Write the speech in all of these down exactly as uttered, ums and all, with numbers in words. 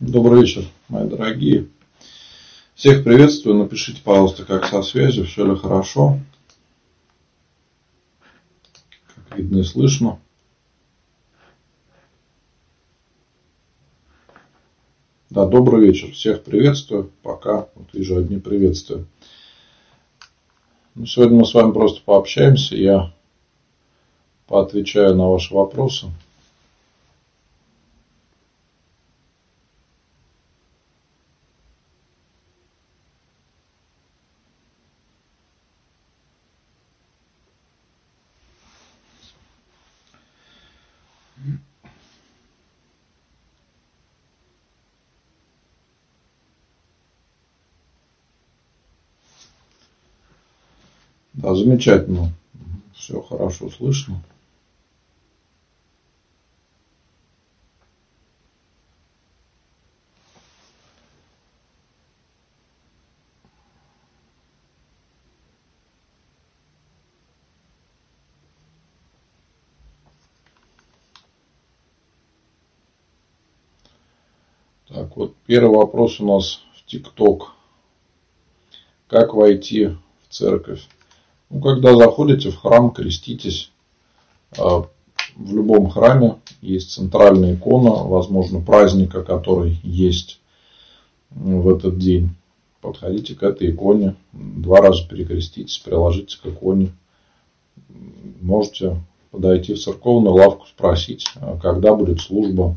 Добрый вечер, мои дорогие. Всех приветствую. Напишите, пожалуйста, как со связью, все ли хорошо, как видно и слышно. Да, добрый вечер. Всех приветствую. Пока вот вижу одни приветствия. Ну, сегодня мы с вами просто пообщаемся. Я поотвечаю на ваши вопросы. Да, замечательно. Все хорошо слышно. Так, вот первый вопрос у нас в ТикТок. Как войти в церковь? Ну, когда заходите в храм, креститесь. В любом храме есть центральная икона, возможно, праздника, который есть в этот день. Подходите к этой иконе, два раза перекреститесь, приложите к иконе. Можете подойти в церковную лавку, спросить, когда будет служба.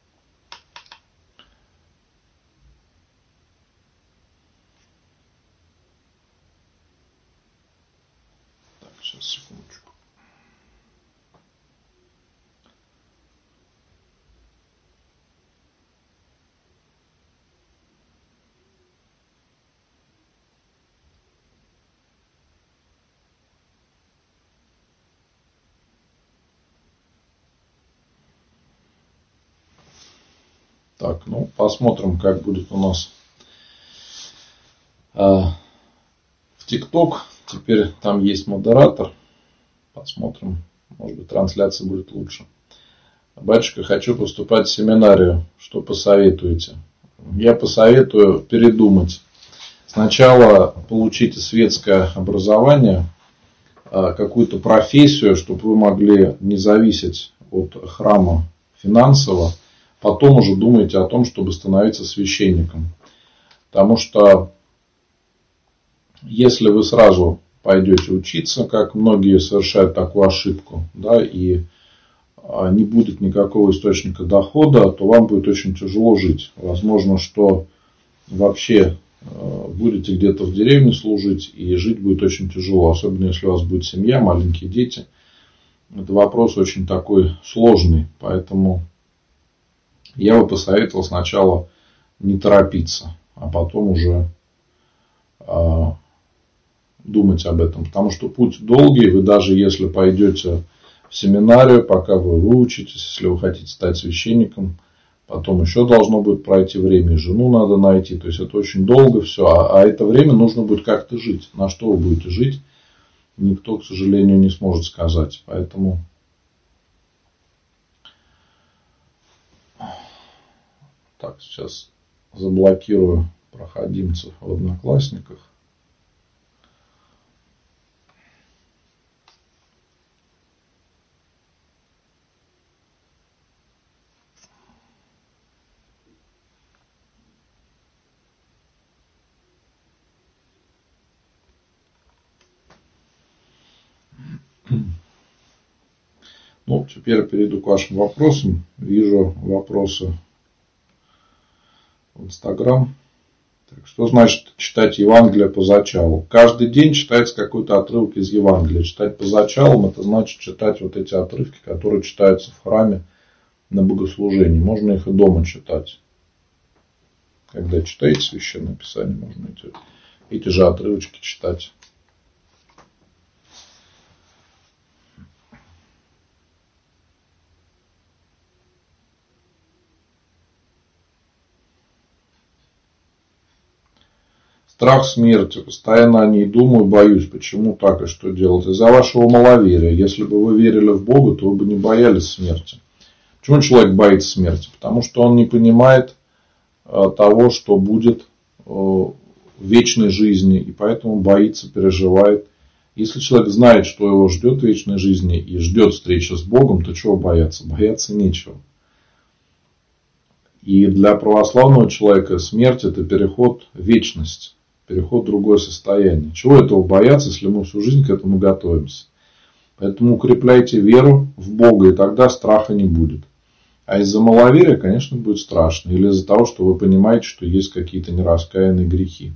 Так, сейчас, секундочку. Так, ну, посмотрим, как будет у нас а, в ТикТок. Теперь там есть модератор. Посмотрим, может быть, трансляция будет лучше. Батюшка, хочу поступать в семинарию. Что посоветуете? Я посоветую передумать. Сначала получите светское образование, какую-то профессию, чтобы вы могли не зависеть от храма финансово. Потом уже думайте о том, чтобы становиться священником. Потому что если вы сразу пойдете учиться, как многие совершают такую ошибку, да, и не будет никакого источника дохода, то вам будет очень тяжело жить. Возможно, что вообще будете где-то в деревне служить, и жить будет очень тяжело. Особенно, если у вас будет семья, маленькие дети. Это вопрос очень такой сложный. Поэтому я бы посоветовал сначала не торопиться, а потом уже а, думать об этом. Потому что путь долгий. Вы даже если пойдете в семинарию, пока вы выучитесь, если вы хотите стать священником, потом еще должно будет пройти время, и жену надо найти. То есть это очень долго все. А, а это время нужно будет как-то жить. На что вы будете жить, никто, к сожалению, не сможет сказать. Поэтому так, сейчас заблокирую проходимцев в Одноклассниках. Ну, теперь перейду к вашим вопросам. Вижу вопросы в Инстаграм. Так, что значит читать Евангелие по зачалу? Каждый день читается какой-то отрывок из Евангелия. Читать по зачалам, это значит читать вот эти отрывки, которые читаются в храме на богослужении. Можно их и дома читать. Когда читаете Священное Писание, можно эти, эти же отрывочки читать. Страх смерти. Постоянно о ней думаю, боюсь. Почему так и что делать? Из-за вашего маловерия. Если бы вы верили в Бога, то вы бы не боялись смерти. Почему человек боится смерти? Потому что он не понимает того, что будет в вечной жизни, и поэтому боится, переживает. Если человек знает, что его ждет в вечной жизни и ждет встречи с Богом, то чего бояться? Бояться нечего. И для православного человека смерть – это переход в вечность, переход в другое состояние. Чего этого бояться, если мы всю жизнь к этому готовимся? Поэтому укрепляйте веру в Бога, и тогда страха не будет. А из-за маловерия, конечно, будет страшно. Или из-за того, что вы понимаете, что есть какие-то нераскаянные грехи.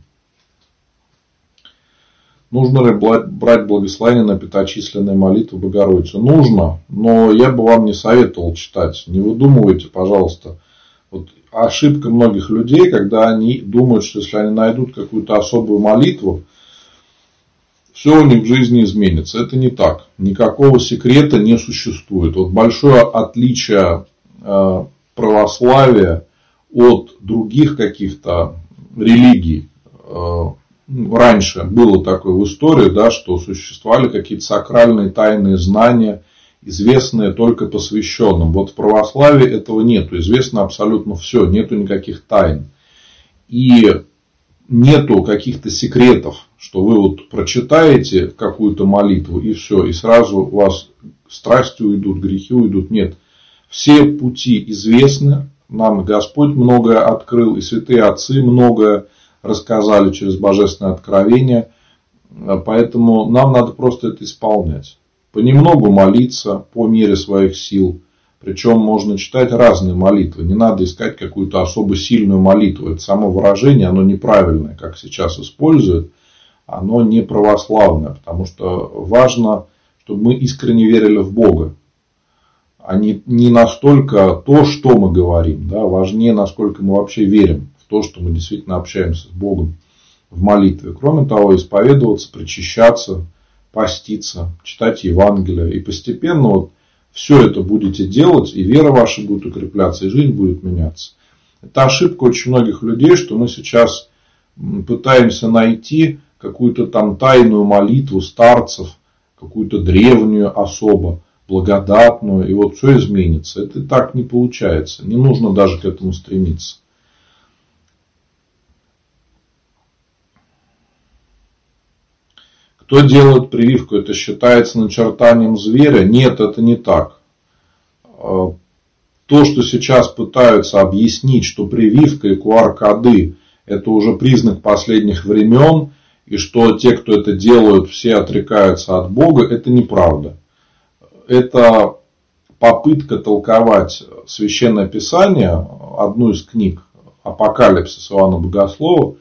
Нужно ли брать благословение на пяточисленные молитвы Богородицы? Нужно, но я бы вам не советовал читать. Не выдумывайте, пожалуйста. Вот ошибка многих людей, когда они думают, что если они найдут какую-то особую молитву, все у них в жизни изменится. Это не так. Никакого секрета не существует. Вот большое отличие православия от других каких-то религий. Раньше было такое в истории, да, что существовали какие-то сакральные тайные знания, известные только посвященным. Вот в православии этого нету. Известно абсолютно все. Нету никаких тайн. И нету каких-то секретов, что вы вот прочитаете какую-то молитву и все. И сразу у вас страсти уйдут, грехи уйдут. Нет. Все пути известны. Нам Господь многое открыл. И святые отцы многое рассказали через божественное откровение. Поэтому нам надо просто это исполнять. Понемногу молиться по мере своих сил. Причем можно читать разные молитвы. Не надо искать какую-то особо сильную молитву. Это само выражение, оно неправильное, как сейчас используют. Оно не православное. Потому что важно, чтобы мы искренне верили в Бога. А не, не настолько то, что мы говорим. Да? Важнее, насколько мы вообще верим в то, что мы действительно общаемся с Богом в молитве. Кроме того, исповедоваться, причащаться, поститься, читать Евангелие. И постепенно вот все это будете делать, и вера ваша будет укрепляться, и жизнь будет меняться. Это ошибка очень многих людей, что мы сейчас пытаемся найти какую-то там тайную молитву старцев, какую-то древнюю особо, благодатную, и вот все изменится. Это так не получается. Не нужно даже к этому стремиться. Кто делает прививку, это считается начертанием зверя? Нет, это не так. То, что сейчас пытаются объяснить, что прививка и ку ар коды это уже признак последних времен, и что те, кто это делают, все отрекаются от Бога, это неправда. Это попытка толковать Священное Писание, одну из книг Апокалипсис Иоанна Богослова,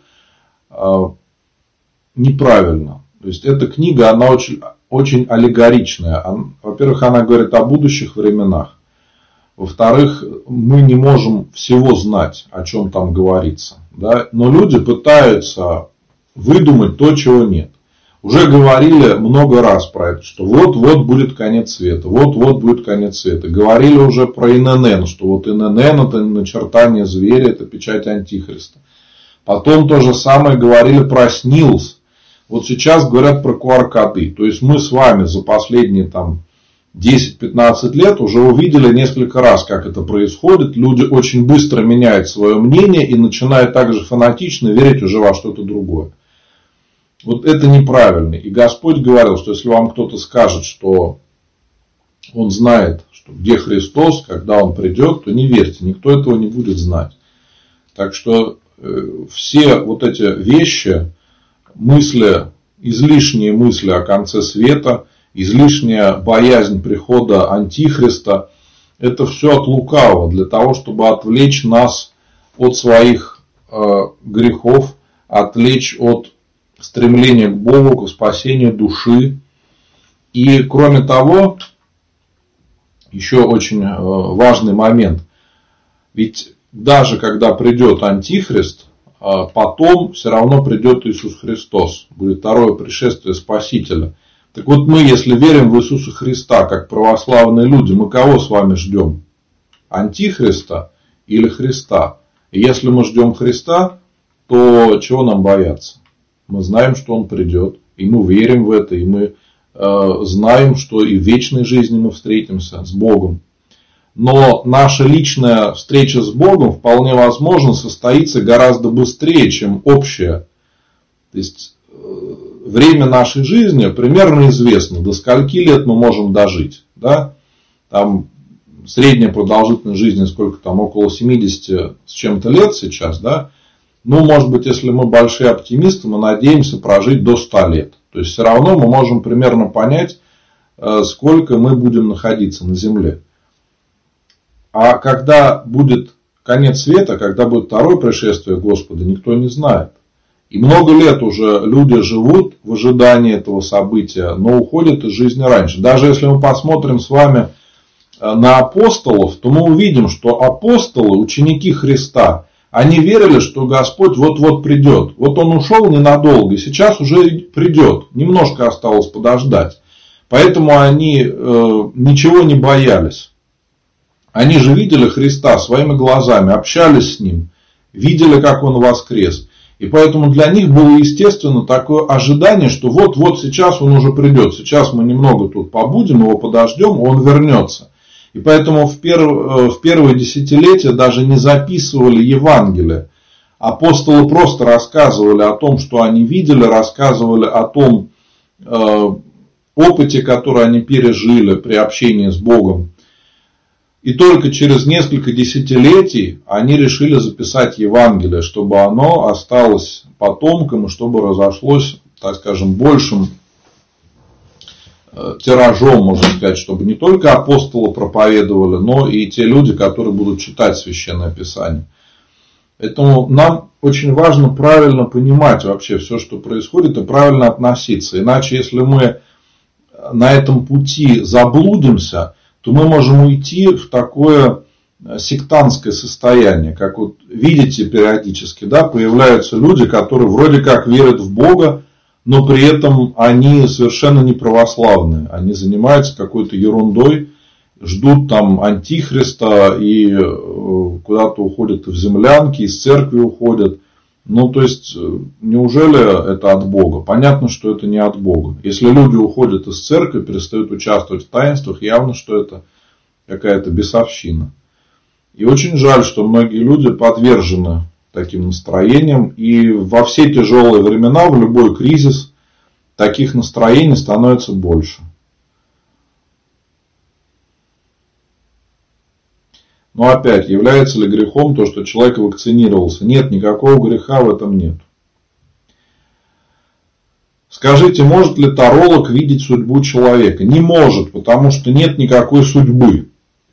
неправильно. То есть эта книга, она очень, очень аллегоричная. Во-первых, она говорит о будущих временах. Во-вторых, мы не можем всего знать, о чем там говорится. Да? Но люди пытаются выдумать то, чего нет. Уже говорили много раз про это, что вот-вот будет конец света. Вот-вот будет конец света. Говорили уже про эн эн эн, что вот эн эн эн это начертание зверя, это печать Антихриста. Потом то же самое говорили про снилс. Вот сейчас говорят про ку ар коды. То есть мы с вами за последние там десять-пятнадцать лет уже увидели несколько раз, как это происходит. Люди очень быстро меняют свое мнение и начинают также фанатично верить уже во что-то другое. Вот это неправильно. И Господь говорил, что если вам кто-то скажет, что он знает, что где Христос, когда он придет, то не верьте, никто этого не будет знать. Так что э, все вот эти вещи, мысли, излишние мысли о конце света, излишняя боязнь прихода Антихриста, это все от лукавого, для того, чтобы отвлечь нас от своих э, грехов, отвлечь от стремления к Богу, к спасению души. И кроме того, еще очень э, важный момент. Ведь даже когда придет Антихрист, э, потом все равно придет Иисус Христос. Будет второе пришествие Спасителя. Так вот мы, если верим в Иисуса Христа, как православные люди, мы кого с вами ждем? Антихриста или Христа? И если мы ждем Христа, то чего нам бояться? Мы знаем, что Он придет, и мы верим в это, и мы э, знаем, что и в вечной жизни мы встретимся с Богом. Но наша личная встреча с Богом вполне возможно состоится гораздо быстрее, чем общая. То есть время нашей жизни примерно известно, до скольки лет мы можем дожить. Да? Там средняя продолжительность жизни сколько там, около семидесяти с чем-то лет сейчас. Да? Ну, может быть, если мы большие оптимисты, мы надеемся прожить до ста лет. То есть все равно мы можем примерно понять, сколько мы будем находиться на земле. А когда будет конец света, когда будет второе пришествие Господа, никто не знает. И много лет уже люди живут в ожидании этого события, но уходят из жизни раньше. Даже если мы посмотрим с вами на апостолов, то мы увидим, что апостолы, ученики Христа, они верили, что Господь вот-вот придет. Вот Он ушел ненадолго, и сейчас уже придет. Немножко осталось подождать. Поэтому они э, ничего не боялись. Они же видели Христа своими глазами, общались с Ним, видели, как Он воскрес. И поэтому для них было естественно такое ожидание, что вот-вот сейчас Он уже придет. Сейчас мы немного тут побудем, его подождем, Он вернется. И поэтому в, перв... в первые десятилетия даже не записывали Евангелие. Апостолы просто рассказывали о том, что они видели, рассказывали о том э, опыте, который они пережили при общении с Богом. И только через несколько десятилетий они решили записать Евангелие, чтобы оно осталось потомкам и чтобы разошлось, так скажем, большим тиражом, можно сказать, чтобы не только апостолы проповедовали, но и те люди, которые будут читать Священное Писание. Поэтому нам очень важно правильно понимать вообще все, что происходит, и правильно относиться. Иначе, если мы на этом пути заблудимся, то мы можем уйти в такое сектантское состояние. Как вот видите периодически, да, появляются люди, которые вроде как верят в Бога, но при этом они совершенно не православные. Они занимаются какой-то ерундой, ждут там антихриста и куда-то уходят в землянки, из церкви уходят. Ну, то есть, неужели это от Бога? Понятно, что это не от Бога. Если люди уходят из церкви, перестают участвовать в таинствах, явно, что это какая-то бесовщина. И очень жаль, что многие люди подвержены таким настроениям. И во все тяжелые времена, в любой кризис, таких настроений становится больше. Но опять, является ли грехом то, что человек вакцинировался? Нет, никакого греха в этом нет. Скажите, может ли таролог видеть судьбу человека? Не может, потому что нет никакой судьбы.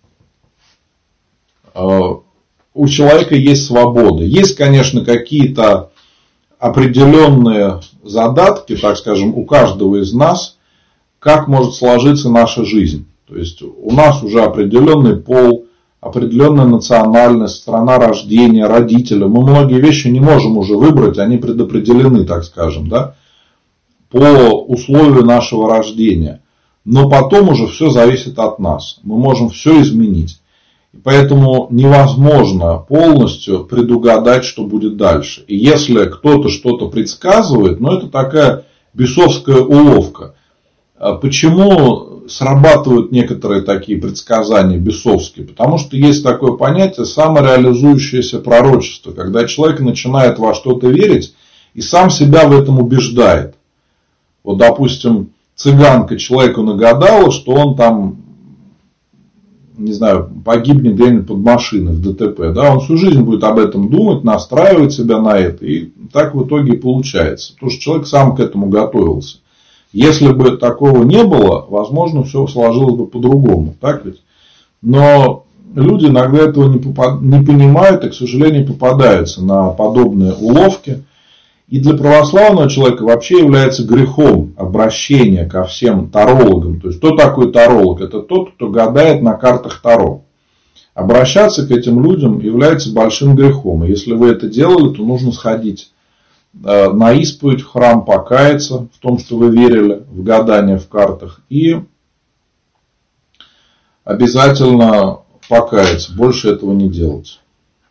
У человека есть свобода. Есть, конечно, какие-то определенные задатки, так скажем, у каждого из нас, как может сложиться наша жизнь. То есть, у нас уже определенный пол, определенная национальность, страна рождения, родители. Мы многие вещи не можем уже выбрать, они предопределены, так скажем, да, по условию нашего рождения. Но потом уже все зависит от нас. Мы можем все изменить. И поэтому невозможно полностью предугадать, что будет дальше. И если кто-то что-то предсказывает, ну это такая бесовская уловка. Почему срабатывают некоторые такие предсказания бесовские? Потому что есть такое понятие самореализующееся пророчество, когда человек начинает во что-то верить и сам себя в этом убеждает. Вот, допустим, цыганка человеку нагадала, что он там, не знаю, погибнет где-нибудь под машиной в ДТП. Да? Он всю жизнь будет об этом думать, настраивать себя на это. И так в итоге и получается. Потому что человек сам к этому готовился. Если бы такого не было, возможно, все сложилось бы по-другому. Так ведь? Но люди иногда этого не, попад... не понимают и, к сожалению, попадаются на подобные уловки. И для православного человека вообще является грехом обращение ко всем тарологам. То есть, кто такой таролог? Это тот, кто гадает на картах Таро. Обращаться к этим людям является большим грехом. И если вы это делали, то нужно сходить на исповедь в храм, покаяться в том, что вы верили в гадание в картах. И обязательно покаяться. Больше этого не делать.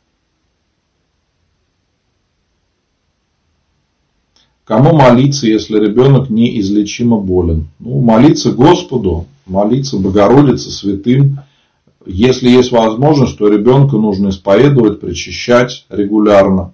Кому молиться, если ребенок неизлечимо болен? Ну, молиться Господу, молиться Богородице, святым. Если есть возможность, то ребенка нужно исповедовать, причащать регулярно.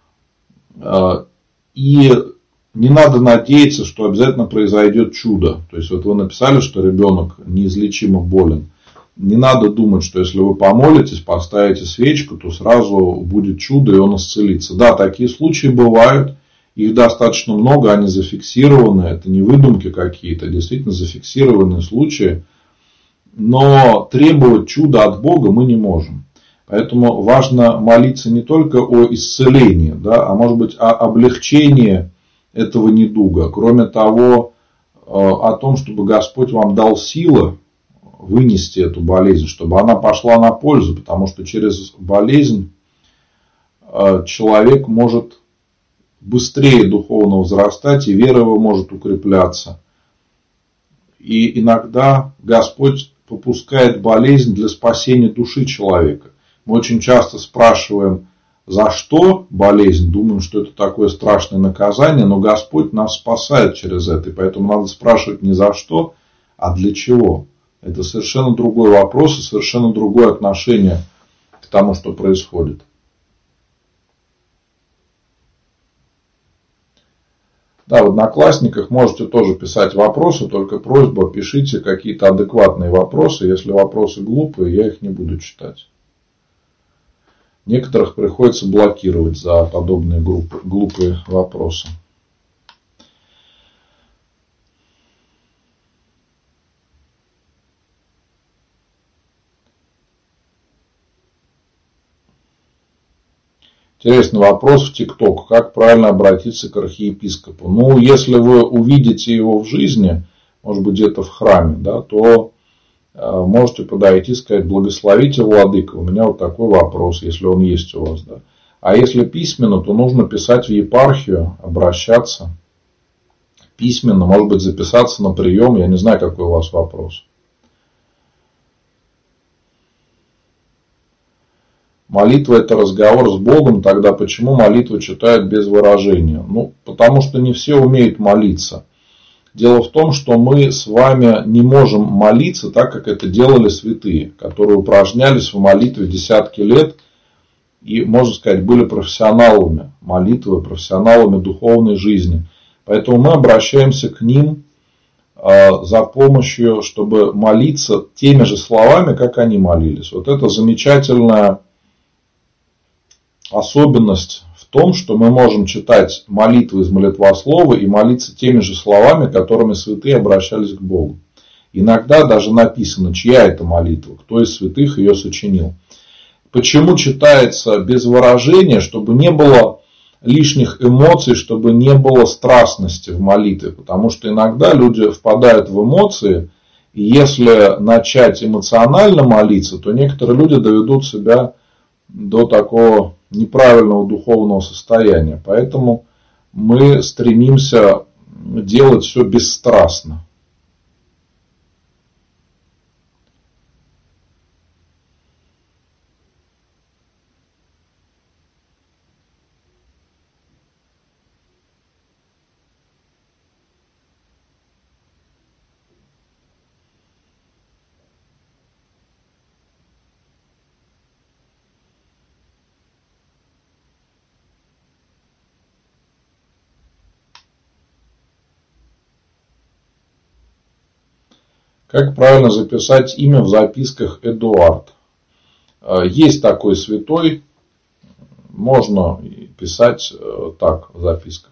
И не надо надеяться, что обязательно произойдет чудо. То есть, вот вы написали, что ребенок неизлечимо болен. Не надо думать, что если вы помолитесь, поставите свечку, то сразу будет чудо и он исцелится. Да, такие случаи бывают. Их достаточно много, они зафиксированы. Это не выдумки какие-то, а действительно зафиксированные случаи. Но требовать чуда от Бога мы не можем. Поэтому важно молиться не только о исцелении, да, а может быть о облегчении этого недуга. Кроме того, о том, чтобы Господь вам дал силы вынести эту болезнь, чтобы она пошла на пользу. Потому что через болезнь человек может быстрее духовно возрастать, и вера его может укрепляться. И иногда Господь попускает болезнь для спасения души человека. Мы очень часто спрашиваем, за что болезнь, думаем, что это такое страшное наказание, но Господь нас спасает через это. И поэтому надо спрашивать не за что, а для чего. Это совершенно другой вопрос и совершенно другое отношение к тому, что происходит. Да, в Одноклассниках можете тоже писать вопросы, только просьба, пишите какие-то адекватные вопросы. Если вопросы глупые, я их не буду читать. Некоторых приходится блокировать за подобные группы, глупые вопросы. Интересный вопрос в ТикТок. Как правильно обратиться к архиепископу? Ну, если вы увидите его в жизни, может быть, где-то в храме, да, то э, можете подойти и сказать: благословите, владыка, у меня вот такой вопрос, если он есть у вас. Да. А если письменно, то нужно писать в епархию, обращаться письменно, может быть, записаться на прием. Я не знаю, какой у вас вопрос. Молитва – это разговор с Богом, тогда почему молитву читают без выражения? Ну, потому что не все умеют молиться. Дело в том, что мы с вами не можем молиться так, как это делали святые, которые упражнялись в молитве десятки лет и, можно сказать, были профессионалами молитвы, профессионалами духовной жизни. Поэтому мы обращаемся к ним за помощью, чтобы молиться теми же словами, как они молились. Вот это замечательная особенность в том, что мы можем читать молитвы из молитвослова и молиться теми же словами, которыми святые обращались к Богу. Иногда даже написано, чья это молитва, кто из святых ее сочинил. Почему читается без выражения? Чтобы не было лишних эмоций, чтобы не было страстности в молитве. Потому что иногда люди впадают в эмоции, и если начать эмоционально молиться, то некоторые люди доведут себя до такого неправильного духовного состояния. Поэтому мы стремимся делать все бесстрастно. Как правильно записать имя в записках Эдуард? Есть такой святой, можно писать так в записках.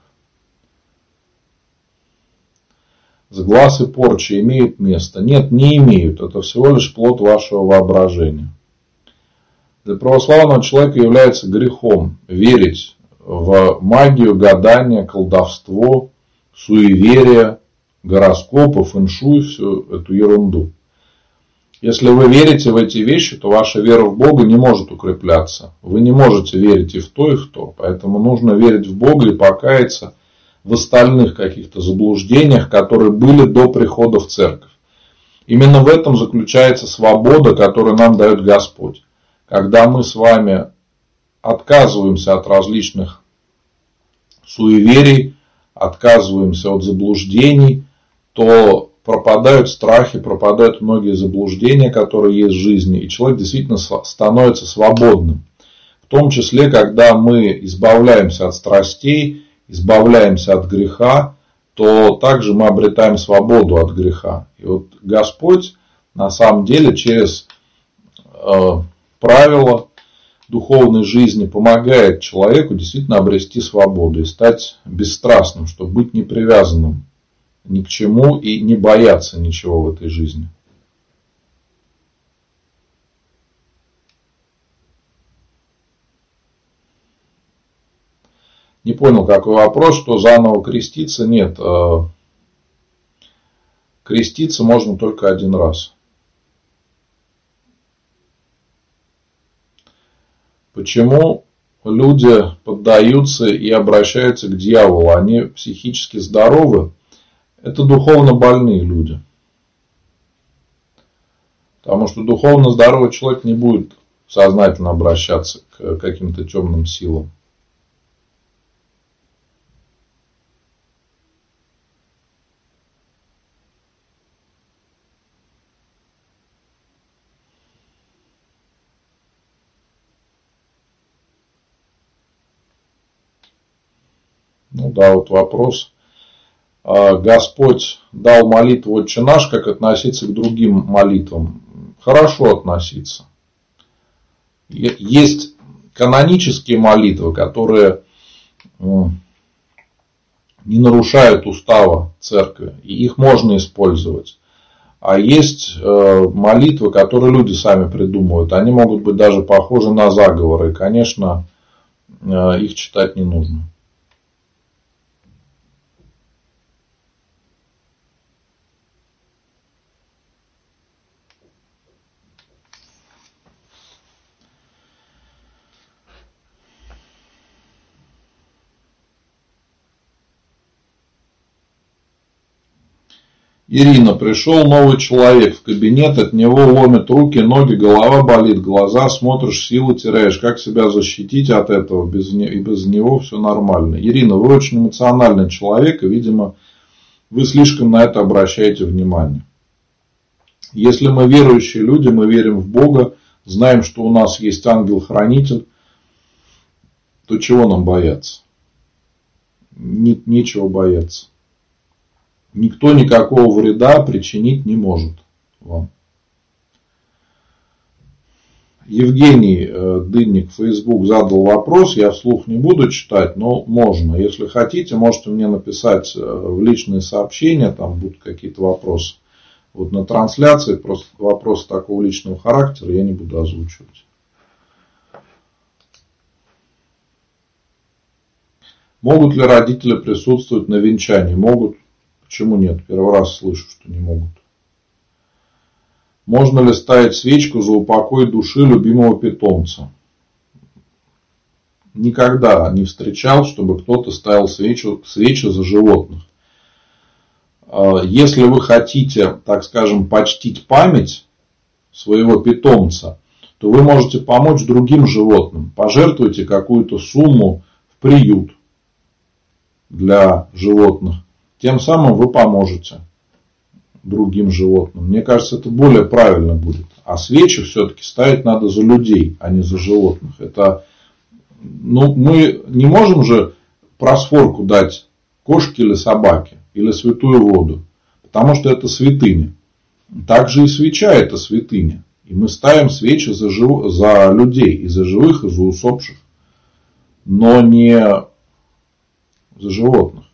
Сглаз и порча имеют место? Нет, не имеют. Это всего лишь плод вашего воображения. Для православного человека является грехом верить в магию, гадание, колдовство, суеверие, гороскопы, фэншуй, всю эту ерунду. Если вы верите в эти вещи, то ваша вера в Бога не может укрепляться. Вы не можете верить и в то, и в то. Поэтому нужно верить в Бога и покаяться в остальных каких-то заблуждениях, которые были до прихода в церковь. Именно в этом заключается свобода, которую нам дает Господь. Когда мы с вами отказываемся от различных суеверий, отказываемся от заблуждений, то пропадают страхи, пропадают многие заблуждения, которые есть в жизни, и человек действительно становится свободным. В том числе, когда мы избавляемся от страстей, избавляемся от греха, то также мы обретаем свободу от греха. И вот Господь на самом деле через э, правила духовной жизни помогает человеку действительно обрести свободу и стать бесстрастным, чтобы быть не привязанным ни к чему и не бояться ничего в этой жизни. Не понял, какой вопрос, что заново креститься? Нет. Креститься можно только один раз. Почему люди поддаются и обращаются к дьяволу? Они психически здоровы? Это духовно больные люди. Потому что духовно здоровый человек не будет сознательно обращаться к каким-то темным силам. Ну да, вот вопрос. Господь дал молитву «Отче наш», как относиться к другим молитвам? Хорошо относиться. Есть канонические молитвы, которые не нарушают устава церкви, и их можно использовать. А есть молитвы, которые люди сами придумывают. Они могут быть даже похожи на заговоры. И, конечно, их читать не нужно. Ирина, пришел новый человек в кабинет, от него ломят руки, ноги, голова болит, глаза, смотришь, силу теряешь. Как себя защитить от этого? Без, и без него все нормально. Ирина, вы очень эмоциональный человек, и, видимо, вы слишком на это обращаете внимание. Если мы верующие люди, мы верим в Бога, знаем, что у нас есть ангел-хранитель, то чего нам бояться? Нет, нечего бояться. Никто никакого вреда причинить не может вам. Евгений Дынник, Facebook, задал вопрос. Я вслух не буду читать, но можно. Если хотите, можете мне написать в личные сообщения. Там будут какие-то вопросы. Вот на трансляции просто вопросы такого личного характера я не буду озвучивать. Могут ли родители присутствовать на венчании? Могут. Почему нет? Первый раз слышу, что не могут. Можно ли ставить свечку за упокой души любимого питомца? Никогда не встречал, чтобы кто-то ставил свечу, свечи за животных. Если вы хотите, так скажем, почтить память своего питомца, то вы можете помочь другим животным. Пожертвуйте какую-то сумму в приют для животных. Тем самым вы поможете другим животным. Мне кажется, это более правильно будет. А свечи все-таки ставить надо за людей, а не за животных. Это, ну, мы не можем же просфорку дать кошке или собаке, или святую воду. Потому что это святыня. Также и свеча это святыня. И мы ставим свечи за, жив... за людей, и за живых, и за усопших. Но не за животных.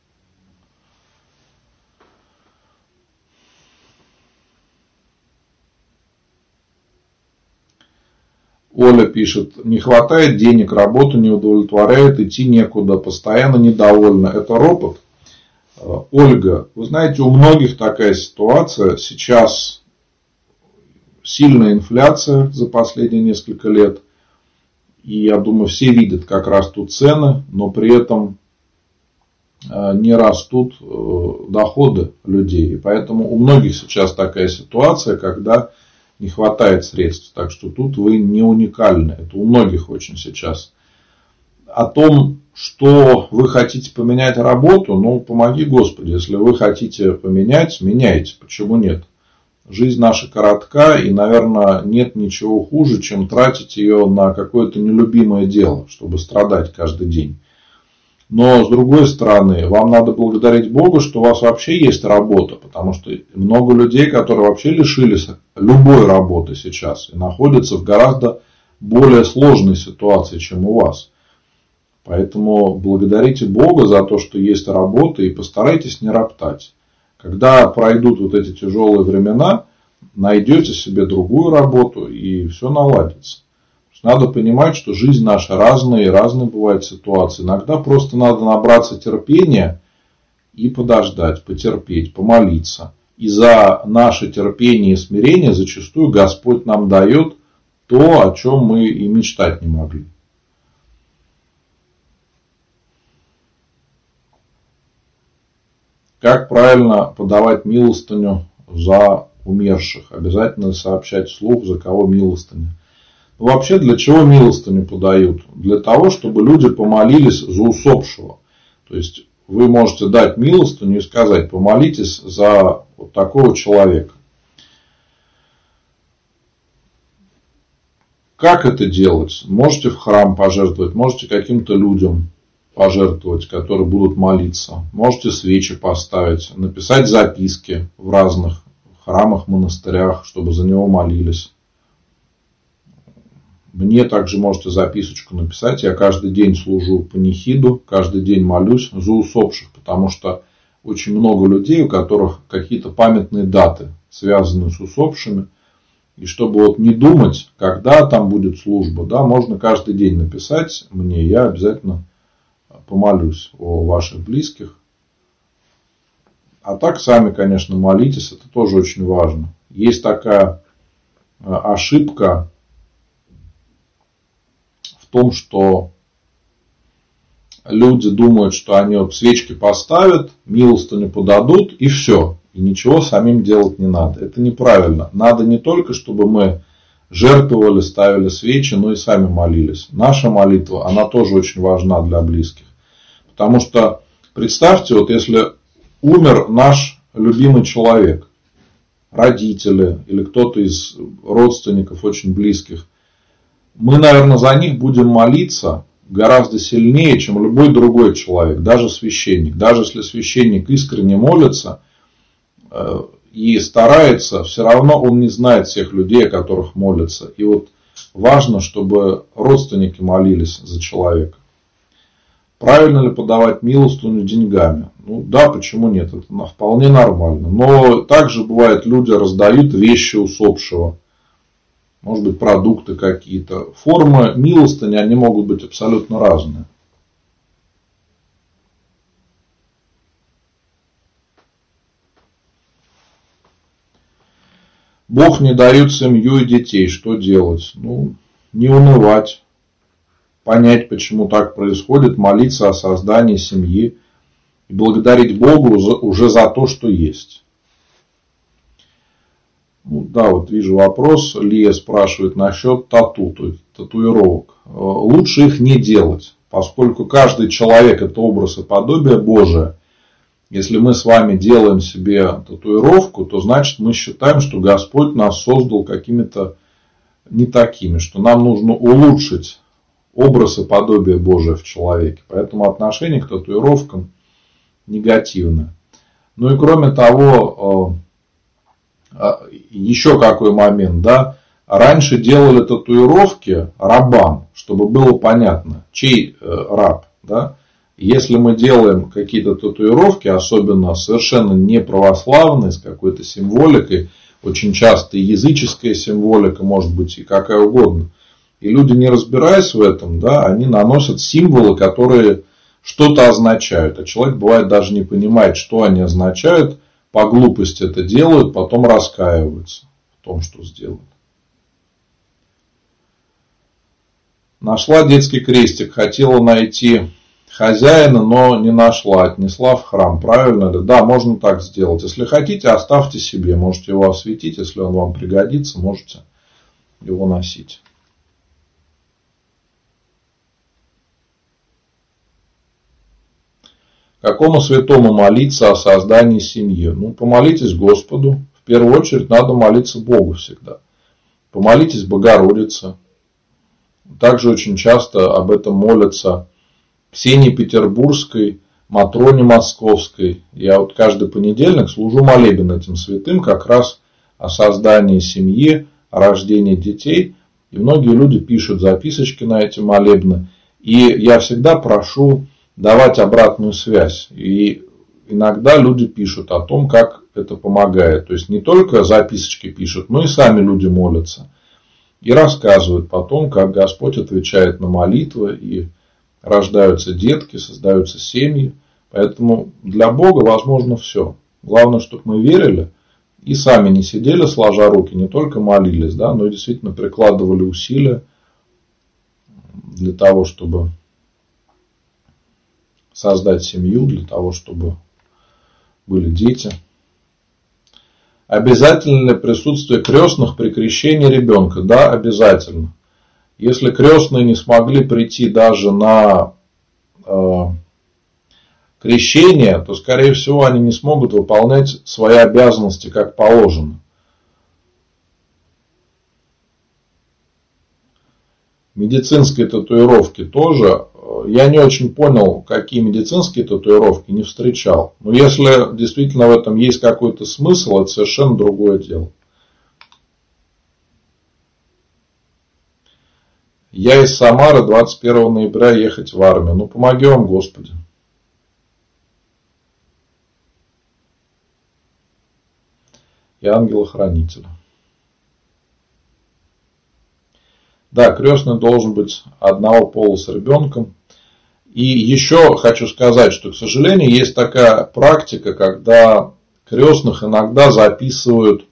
Оля пишет, не хватает денег, работа не удовлетворяет, идти некуда, постоянно недовольна. Это ропот? Ольга, вы знаете, у многих такая ситуация. Сейчас сильная инфляция за последние несколько лет. И я думаю, все видят, как растут цены, но при этом не растут доходы людей. И поэтому у многих сейчас такая ситуация, когда не хватает средств. Так что тут вы не уникальны. Это у многих очень сейчас. о том, что вы хотите поменять работу, ну, помоги Господи. Если вы хотите поменять, меняйте. Почему нет? Жизнь наша коротка, и, наверное, нет ничего хуже, чем тратить ее на какое-то нелюбимое дело, чтобы страдать каждый день. Но, с другой стороны, вам надо благодарить Бога, что у вас вообще есть работа, потому что много людей, которые вообще лишились любой работы сейчас и находятся в гораздо более сложной ситуации, чем у вас. Поэтому благодарите Бога за то, что есть работа, и постарайтесь не роптать. Когда пройдут вот эти тяжелые времена, найдете себе другую работу, и все наладится. Надо понимать, что жизнь наша разная, и разные бывают ситуации. Иногда просто надо набраться терпения и подождать, потерпеть, помолиться. И за наше терпение и смирение зачастую Господь нам дает то, о чем мы и мечтать не могли. Как правильно подавать милостыню за умерших? Обязательно сообщать вслух, за кого милостыня. Вообще, для чего милостыню подают? Для того, чтобы люди помолились за усопшего. То есть, вы можете дать милостыню и сказать: помолитесь за вот такого человека. Как это делать? Можете в храм пожертвовать, можете каким-то людям пожертвовать, которые будут молиться. Можете свечи поставить, написать записки в разных храмах, монастырях, чтобы за него молились. Мне также можете записочку написать. Я каждый день служу панихиду, каждый день молюсь за усопших, потому что очень много людей, у которых какие-то памятные даты связаны с усопшими. И чтобы вот не думать, когда там будет служба, да, можно каждый день написать мне, я обязательно помолюсь о ваших близких. А так сами, конечно, молитесь, это тоже очень важно. Есть такая ошибка в том, что люди думают, что они вот свечки поставят, милостыню подадут и все. И ничего самим делать не надо. Это неправильно. Надо не только, чтобы мы жертвовали, ставили свечи, но и сами молились. Наша молитва, она тоже очень важна для близких. Потому что представьте, вот если умер наш любимый человек, родители или кто-то из родственников очень близких, мы, наверное, за них будем молиться гораздо сильнее, чем любой другой человек, даже священник. Даже если священник искренне молится и старается, все равно он не знает всех людей, о которых молится. И вот важно, чтобы родственники молились за человека. Правильно ли подавать милостыню деньгами? Ну да, почему нет? Это вполне нормально. Но также бывает, люди раздают вещи усопшего. Может быть, продукты какие-то. Формы милостыни, они могут быть абсолютно разные. Бог не дает семью и детей. Что делать? Ну, не унывать. Понять, почему так происходит. Молиться о создании семьи. И благодарить Богу уже за то, что есть. Ну, да, вот вижу вопрос. Лия спрашивает насчет тату, то есть татуировок. Лучше их не делать. Поскольку каждый человек это образ и подобие Божие. Если мы с вами делаем себе татуировку, то значит мы считаем, что Господь нас создал какими-то не такими, что нам нужно улучшить образ и подобие Божие в человеке. Поэтому отношение к татуировкам негативное. Ну и кроме того, еще какой момент, да, раньше делали татуировки рабам, чтобы было понятно, чей раб, да. Если мы делаем какие-то татуировки, особенно совершенно не православные, с какой-то символикой, очень часто и языческая символика, может быть, и какая угодно, и люди, не разбираясь в этом, да, они наносят символы, которые что-то означают, а человек бывает даже не понимает, что они означают, по глупости это делают, потом раскаиваются в том, что сделали. Нашла детский крестик, хотела найти хозяина, но не нашла, отнесла в храм. Правильно ли? Да, можно так сделать. Если хотите, оставьте себе. Можете его осветить, если он вам пригодится, можете его носить. Какому святому молиться о создании семьи? Ну, помолитесь Господу. В первую очередь надо молиться Богу всегда. Помолитесь Богородице. Также очень часто об этом молятся Ксении Петербургской, Матроне Московской. Я вот каждый понедельник служу молебен этим святым как раз о создании семьи, о рождении детей. И многие люди пишут записочки на эти молебны. И я всегда прошу давать обратную связь. И иногда люди пишут о том, как это помогает. То есть не только записочки пишут, но и сами люди молятся. И рассказывают потом, как Господь отвечает на молитвы, и рождаются детки, создаются семьи. Поэтому для Бога возможно все. Главное, чтобы мы верили и сами не сидели сложа руки, не только молились, да, но и действительно прикладывали усилия для того, чтобы создать семью, для того, чтобы были дети. Обязательно ли присутствие крестных при крещении ребенка? Да, обязательно. Если крестные не смогли прийти даже на э, крещение, то, скорее всего, они не смогут выполнять свои обязанности как положено. Медицинские татуировки тоже. Я не очень понял, какие медицинские татуировки, не встречал. Но если действительно в этом есть какой-то смысл, это совершенно другое дело. Я из Самары двадцать первого ноября ехать в армию. Ну, помоги вам, Господи. И ангела-хранителя. Да, крестный должен быть одного пола с ребенком. И еще хочу сказать, что, к сожалению, есть такая практика, когда крестных иногда записывают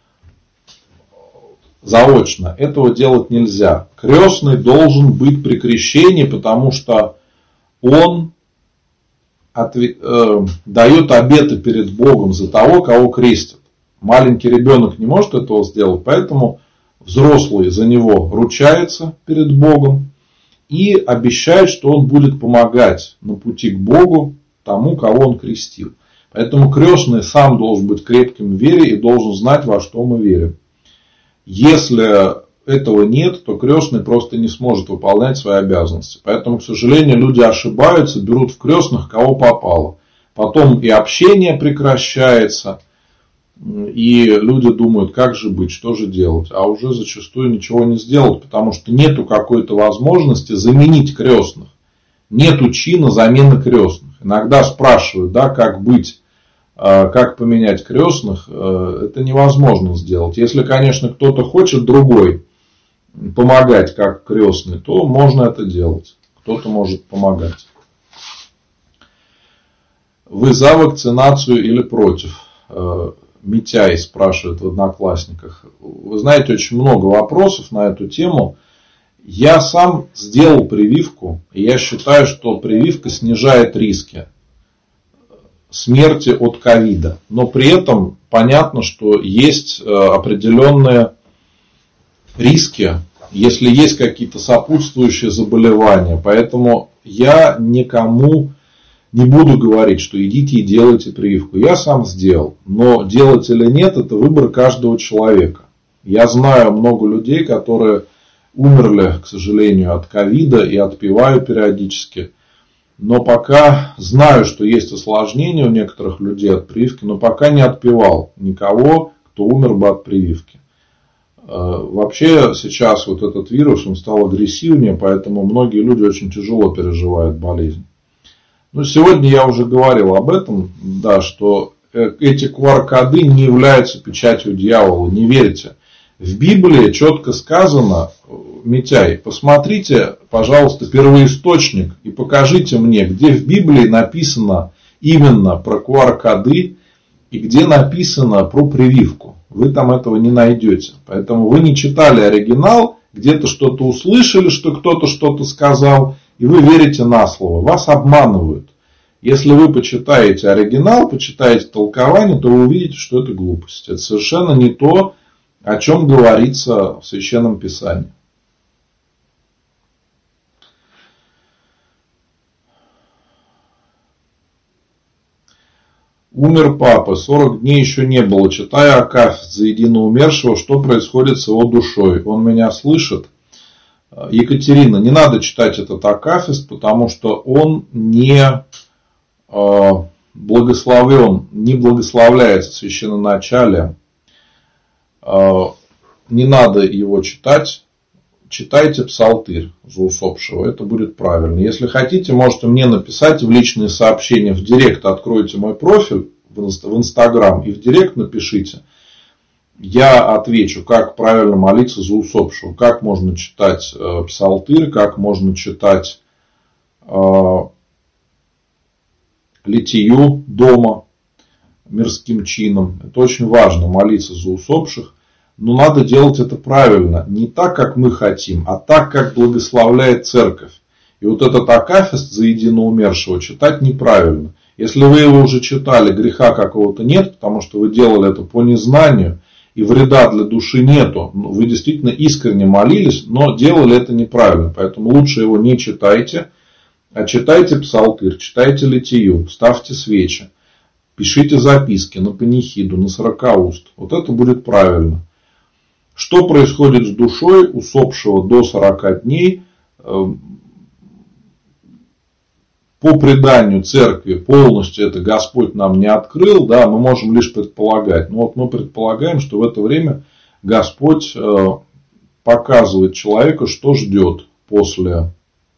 заочно. Этого делать нельзя. Крестный должен быть при крещении, потому что он отве- э, дает обеты перед Богом за того, кого крестит. Маленький ребенок не может этого сделать, поэтому взрослый за него ручается перед Богом и обещает, что он будет помогать на пути к Богу тому, кого он крестил. Поэтому крестный сам должен быть крепким в вере и должен знать, во что мы верим. Если этого нет, то крестный просто не сможет выполнять свои обязанности. Поэтому, к сожалению, люди ошибаются, берут в крестных кого попало. Потом и общение прекращается. И люди думают, как же быть, что же делать. А уже зачастую ничего не сделать, потому что нету какой-то возможности заменить крестных. Нету чина замены крестных. Иногда спрашивают, да, как быть, как поменять крестных. Это невозможно сделать. Если, конечно, кто-то хочет другой помогать как крестный, то можно это делать. Кто-то может помогать. Вы за вакцинацию или против? Митяй спрашивает в Одноклассниках. Вы знаете, очень много вопросов на эту тему. Я сам сделал прививку, и я считаю, что прививка снижает риски смерти от ковида. Но при этом понятно, что есть определенные риски, если есть какие-то сопутствующие заболевания. Поэтому я никому не буду говорить, что идите и делайте прививку. Я сам сделал. Но делать или нет, это выбор каждого человека. Я знаю много людей, которые умерли, к сожалению, от ковида и отпиваю периодически. Но пока знаю, что есть осложнения у некоторых людей от прививки, но пока не отпивал никого, кто умер бы от прививки. Вообще сейчас вот этот вирус, он стал агрессивнее, поэтому многие люди очень тяжело переживают болезнь. Ну, сегодня я уже говорил об этом, да, что эти ку ар коды не являются печатью дьявола, не верьте. В Библии четко сказано, Митяй, посмотрите, пожалуйста, первоисточник и покажите мне, где в Библии написано именно про ку ар коды и где написано про прививку. Вы там этого не найдете. Поэтому вы не читали оригинал, где-то что-то услышали, что кто-то что-то сказал, и вы верите на слово. Вас обманывают. Если вы почитаете оригинал, почитаете толкование, то вы увидите, что это глупость. Это совершенно не то, о чем говорится в Священном Писании. Умер папа, сорок дней еще не было. Читая акафист за едино умершего, что происходит с его душой? Он меня слышит? Екатерина, не надо читать этот акафист, потому что он не благословен, не благословляется священноначалием. Не надо его читать. Читайте псалтырь за усопшего, это будет правильно. Если хотите, можете мне написать в личные сообщения в директ, откройте мой профиль в Инстаграм и в директ напишите. Я отвечу, как правильно молиться за усопшего, как можно читать псалтырь, как можно читать э, литию дома мирским чином. Это очень важно, молиться за усопших. Но надо делать это правильно. Не так, как мы хотим, а так, как благословляет церковь. И вот этот акафист за едино умершего читать неправильно. Если вы его уже читали, греха какого-то нет, потому что вы делали это по незнанию, и вреда для души нету. Вы действительно искренне молились, но делали это неправильно. Поэтому лучше его не читайте, а читайте псалтырь, читайте литию, ставьте свечи, пишите записки на панихиду, на сорокауст. Вот это будет правильно. Что происходит с душой усопшего до сорока дней? По преданию церкви полностью это Господь нам не открыл. Да, мы можем лишь предполагать. Но вот мы предполагаем, что в это время Господь показывает человеку, что ждет после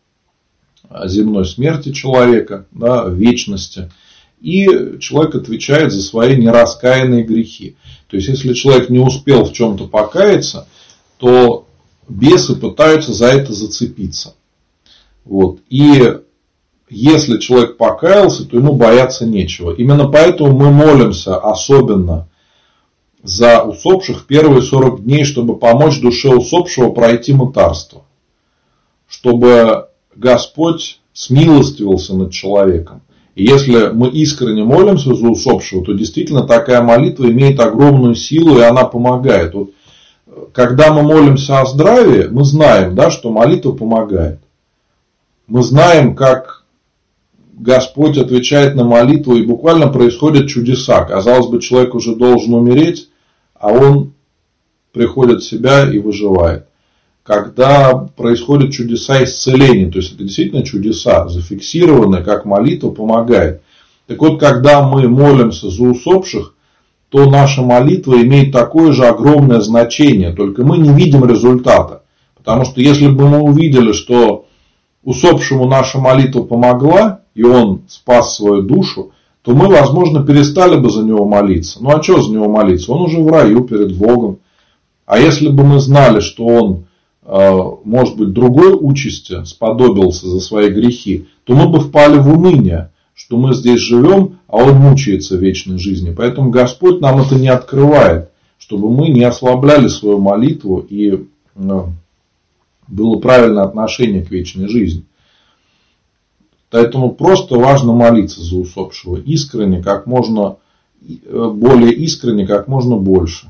земной смерти человека, да, в вечности. И человек отвечает за свои нераскаянные грехи. То есть, если человек не успел в чем-то покаяться, то бесы пытаются за это зацепиться. Вот. И если человек покаялся, то ему бояться нечего. Именно поэтому мы молимся особенно за усопших первые сорок дней, чтобы помочь душе усопшего пройти мытарство. Чтобы Господь смилостивился над человеком. И если мы искренне молимся за усопшего, то действительно такая молитва имеет огромную силу, и она помогает. Вот, когда мы молимся о здравии, мы знаем, да, что молитва помогает. Мы знаем, как Господь отвечает на молитву, и буквально происходят чудеса. Казалось бы, человек уже должен умереть, а он приходит в себя и выживает. Когда происходят чудеса исцеления, то есть это действительно чудеса, зафиксированные, как молитва помогает. Так вот, когда мы молимся за усопших, то наша молитва имеет такое же огромное значение, только мы не видим результата. Потому что если бы мы увидели, что усопшему наша молитва помогла, и он спас свою душу, то мы, возможно, перестали бы за него молиться. Ну а что за него молиться? Он уже в раю перед Богом. А если бы мы знали, что он, может быть, другой участи сподобился за свои грехи, то мы бы впали в уныние, что мы здесь живем, а он мучается в вечной жизни. Поэтому Господь нам это не открывает, чтобы мы не ослабляли свою молитву и было правильное отношение к вечной жизни. Поэтому просто важно молиться за усопшего искренне, как можно более искренне, как можно больше.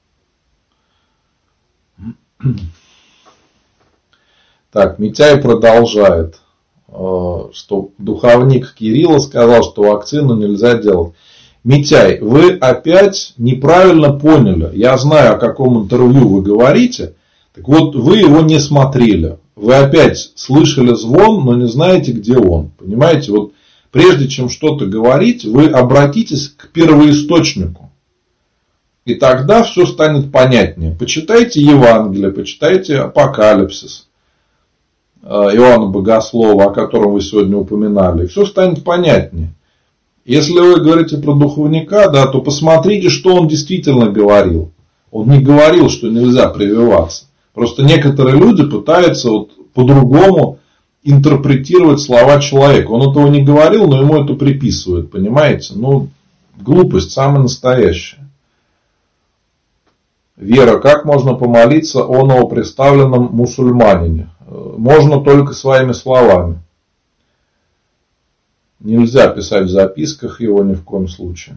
Так, Митяй продолжает, что духовник Кирилла сказал, что вакцину нельзя делать. Митяй, вы опять неправильно поняли. Я знаю, о каком интервью вы говорите. Так вот, вы его не смотрели. Вы опять слышали звон, но не знаете, где он. Понимаете, вот прежде чем что-то говорить, вы обратитесь к первоисточнику. И тогда все станет понятнее. Почитайте Евангелие, почитайте Апокалипсис Иоанна Богослова, о котором вы сегодня упоминали. И все станет понятнее. Если вы говорите про духовника, да, то посмотрите, что он действительно говорил. Он не говорил, что нельзя прививаться. Просто некоторые люди пытаются вот по-другому интерпретировать слова человека. Он этого не говорил, но ему это приписывают. Понимаете? Ну, глупость самая настоящая. Вера, как можно помолиться о новоприставленном мусульманине? Можно только своими словами. Нельзя писать в записках его ни в коем случае.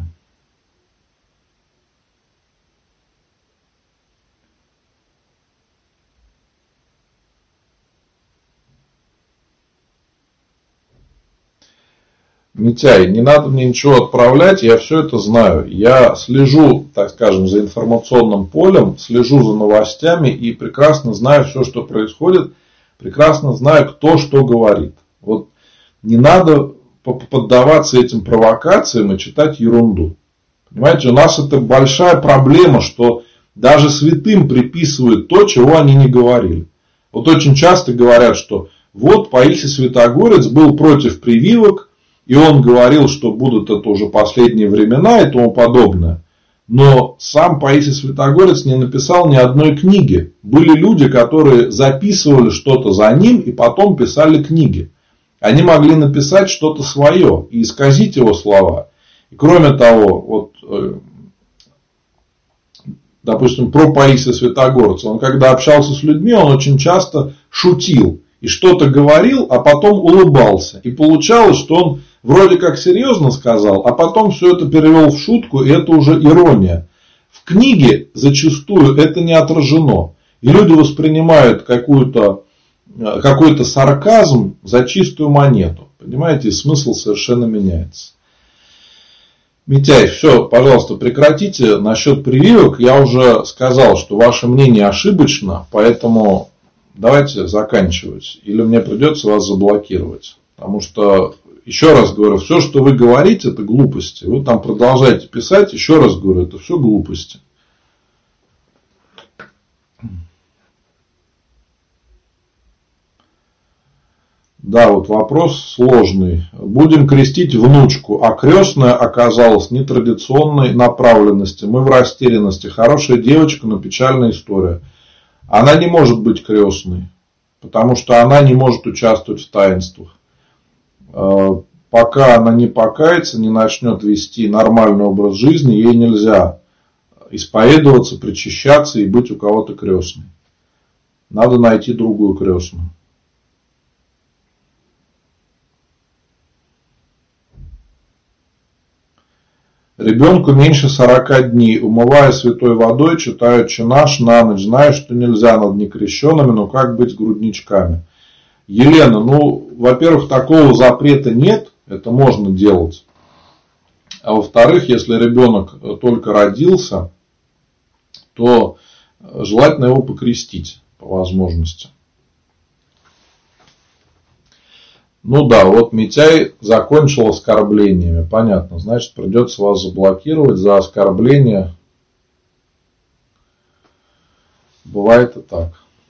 Митяй, не надо мне ничего отправлять, я все это знаю. Я слежу, так скажем, за информационным полем, слежу за новостями и прекрасно знаю все, что происходит, прекрасно знаю, кто что говорит. Вот не надо поддаваться этим провокациям и читать ерунду. Понимаете, у нас это большая проблема, что даже святым приписывают то, чего они не говорили. Вот очень часто говорят, что вот Паисий Святогорец был против прививок, и он говорил, что будут это уже последние времена и тому подобное. Но сам Паисий Святогорец не написал ни одной книги. Были люди, которые записывали что-то за ним и потом писали книги. Они могли написать что-то свое и исказить его слова. И кроме того, вот, допустим, про Паисия Святогорца. Он когда общался с людьми, он очень часто шутил. И что-то говорил, а потом улыбался. И получалось, что он вроде как серьезно сказал, а потом все это перевел в шутку, и это уже ирония. В книге зачастую это не отражено. И люди воспринимают какую-то, какой-то сарказм за чистую монету. Понимаете, и смысл совершенно меняется. Митяй, все, пожалуйста, прекратите. Насчет прививок я уже сказал, что ваше мнение ошибочно, поэтому давайте заканчивать. Или мне придется вас заблокировать. Потому что, еще раз говорю, все, что вы говорите, это глупости. Вы там продолжаете писать, еще раз говорю, это все глупости. Да, вот вопрос сложный. Будем крестить внучку, а крестная оказалась нетрадиционной направленности. Мы в растерянности. Хорошая девочка, но печальная история. Она не может быть крестной, потому что она не может участвовать в таинствах. Пока она не покается, не начнет вести нормальный образ жизни, ей нельзя исповедоваться, причащаться и быть у кого-то крестной. Надо найти другую крестную. Ребенку меньше сорока дней, умывая святой водой, читаю «Отче наш» на ночь, зная, что нельзя над некрещенными, но как быть с грудничками? Елена, ну, во-первых, такого запрета нет, это можно делать. А во-вторых, если ребенок только родился, то желательно его покрестить по возможности. Ну да, вот Митяй закончил оскорблениями. Понятно, значит, придется вас заблокировать за оскорбление. Бывает и так.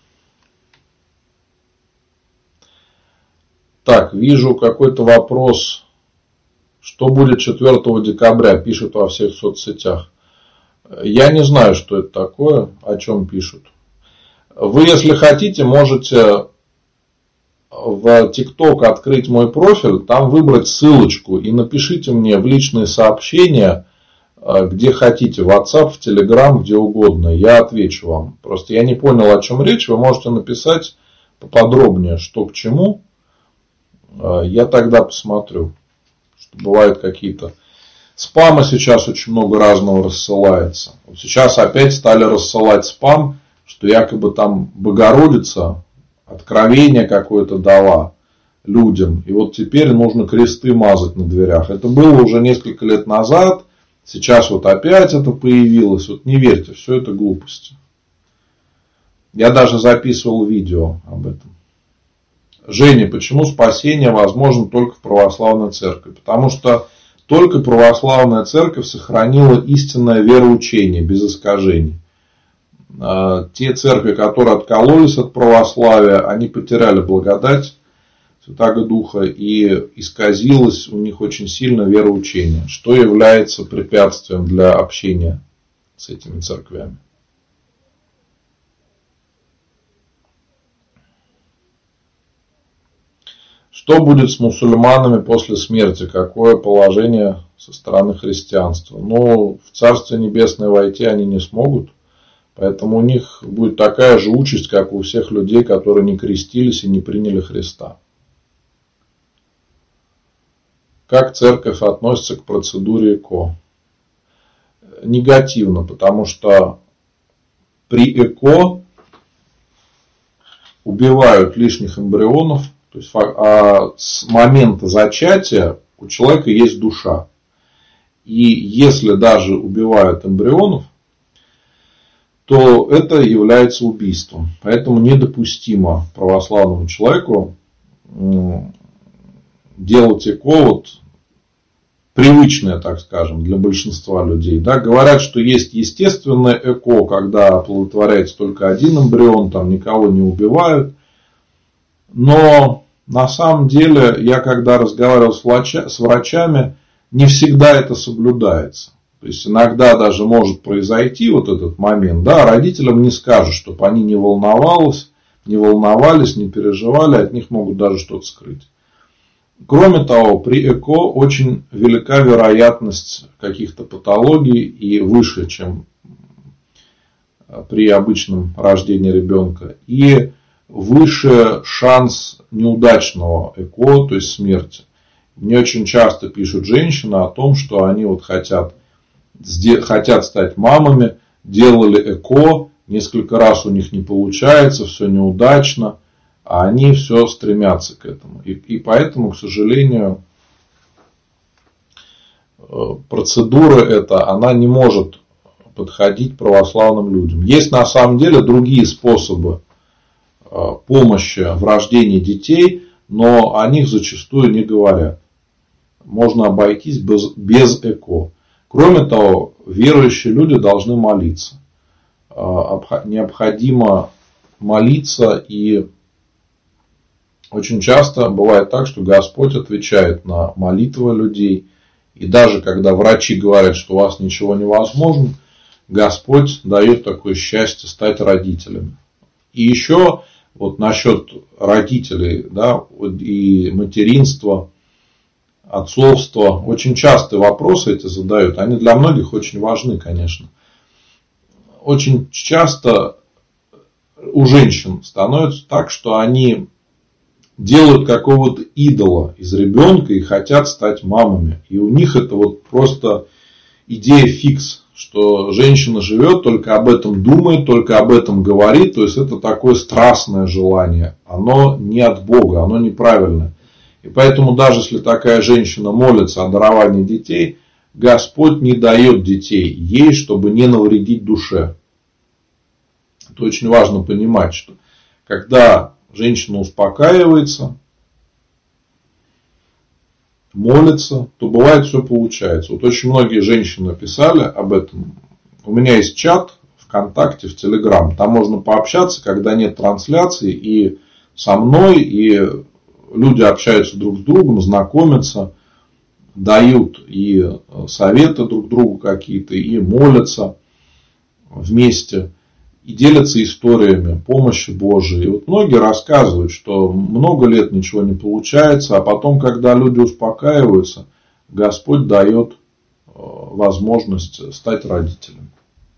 Так, вижу какой-то вопрос. Что будет четвёртого декабря? Пишут во всех соцсетях. Я не знаю, что это такое, о чем пишут. Вы, если хотите, можете в ТикТок открыть мой профиль, там выбрать ссылочку и напишите мне в личные сообщения, где хотите, в WhatsApp, в Telegram, где угодно. Я отвечу вам. Просто я не понял, о чем речь. Вы можете написать поподробнее, что к чему. Я тогда посмотрю. Что бывают какие-то спамы сейчас очень много разного рассылается. Вот сейчас опять стали рассылать спам, что якобы там Богородица откровение какое-то дала людям. И вот теперь нужно кресты мазать на дверях. Это было уже несколько лет назад. Сейчас вот опять это появилось. Вот не верьте, все это глупости. Я даже записывал видео об этом. Женя, почему спасение возможно только в православной церкви? Потому что только православная церковь сохранила истинное вероучение без искажений. Те церкви, которые откололись от православия, они потеряли благодать Святаго Духа и исказилось у них очень сильно вероучение, что является препятствием для общения с этими церквями. Что будет с мусульманами после смерти? Какое положение со стороны христианства? Ну, в Царствие Небесное войти они не смогут. Поэтому у них будет такая же участь, как у всех людей, которые не крестились и не приняли Христа. Как церковь относится к процедуре ЭКО? Негативно, потому что при ЭКО убивают лишних эмбрионов. То есть, а с момента зачатия У человека есть душа. И если даже убивают эмбрионов, то это является убийством. Поэтому недопустимо православному человеку делать ЭКО, вот, привычное, так скажем, для большинства людей. Да, говорят, что есть естественное ЭКО, когда оплодотворяется только один эмбрион, там никого не убивают. Но на самом деле, я когда разговаривал с, врача, с врачами, не всегда это соблюдается. То есть иногда даже может произойти вот этот момент, да, родителям не скажут, чтобы они не волновались, не волновались, не переживали, от них могут даже что-то скрыть. Кроме того, при ЭКО очень велика вероятность каких-то патологий и выше, чем при обычном рождении ребенка. И выше шанс неудачного ЭКО, то есть смерти. Мне очень часто пишут женщины о том, что они вот хотят, хотят стать мамами, делали ЭКО, несколько раз у них не получается, все неудачно, а они все стремятся к этому. И, и поэтому, к сожалению, процедура эта, она не может подходить православным людям. Есть на самом деле другие способы помощи в рождении детей, но о них зачастую не говорят. Можно обойтись без, без ЭКО. Кроме того, верующие люди должны молиться. Необходимо молиться, и очень часто бывает так, что Господь отвечает на молитвы людей. И даже когда врачи говорят, что у вас ничего невозможно, Господь дает такое счастье стать родителями. И еще вот насчет родителей, да, и материнства, отцовства. Очень часто вопросы эти задают. Они для многих очень важны, конечно. Очень часто у женщин становится так, что они делают какого-то идола из ребенка и хотят стать мамами. И у них это вот просто идея фикс, что женщина живет, только об этом думает, только об этом говорит. То есть это такое страстное желание. Оно не от Бога, оно неправильное. И поэтому даже если такая женщина молится о даровании детей, Господь не дает детей ей, чтобы не навредить душе. Это очень важно понимать, что когда женщина успокаивается, молится, то бывает все получается. Вот очень многие женщины писали об этом. У меня есть чат ВКонтакте, в Телеграм. Там можно пообщаться, когда нет трансляции, и со мной, и люди общаются друг с другом, знакомятся, дают и советы друг другу какие-то, и молятся вместе, и делятся историями помощи Божией. И вот многие рассказывают, что много лет ничего не получается, а потом, когда люди успокаиваются, Господь дает возможность стать родителем.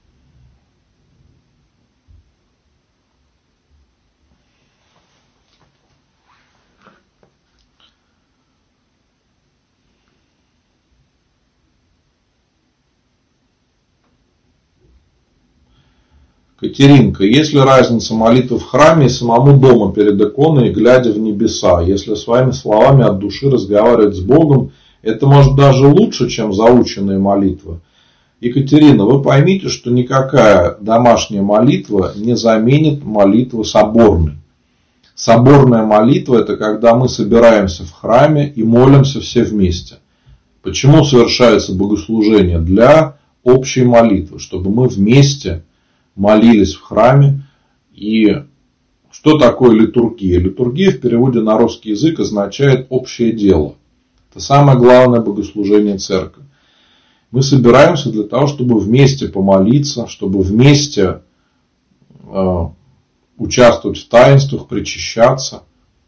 Катеринка, есть ли разница молитвы в храме и самому дома перед иконой, глядя в небеса? Если своими словами от души разговаривать с Богом, это может даже лучше, чем заученные молитвы. Екатерина, вы поймите, что никакая домашняя молитва не заменит молитвы соборной. Соборная молитва – это когда мы собираемся в храме и молимся все вместе. Почему совершается богослужение? Для общей молитвы, чтобы мы вместе молились в храме. И что такое литургия? Литургия в переводе на русский язык означает общее дело. Это самое главное богослужение церкви. Мы собираемся для того, чтобы вместе помолиться, чтобы вместе э, участвовать в таинствах, причащаться.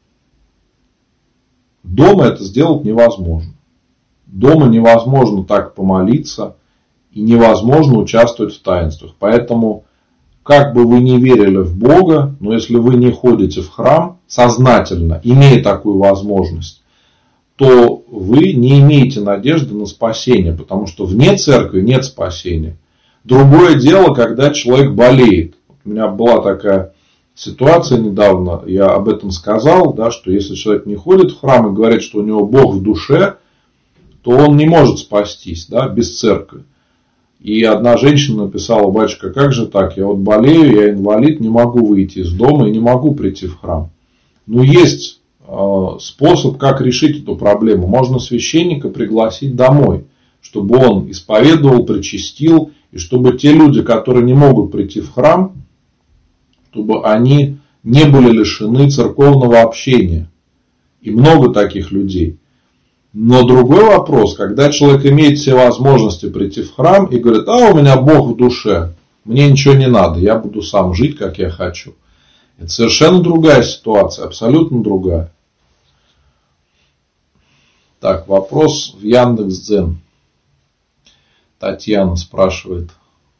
Дома это сделать невозможно. Дома невозможно так помолиться и невозможно участвовать в таинствах. Поэтому, как бы вы ни верили в Бога, но если вы не ходите в храм сознательно, имея такую возможность, то вы не имеете надежды на спасение, потому что вне церкви нет спасения. Другое дело, когда человек болеет. У меня была такая ситуация недавно, я об этом сказал, да, что если человек не ходит в храм и говорит, что у него Бог в душе, то он не может спастись, да, без церкви. И одна женщина написала: батюшка, как же так? Я вот болею, я инвалид, не могу выйти из дома и не могу прийти в храм. Но есть э, способ, как решить эту проблему. Можно священника пригласить домой, чтобы он исповедовал, причастил, и чтобы те люди, которые не могут прийти в храм, чтобы они не были лишены церковного общения. И много таких людей. Но другой вопрос, когда человек имеет все возможности прийти в храм и говорит: а у меня Бог в душе, мне ничего не надо, я буду сам жить, как я хочу. Это совершенно другая ситуация, абсолютно другая. Так, вопрос в Яндекс.Дзен. Татьяна спрашивает.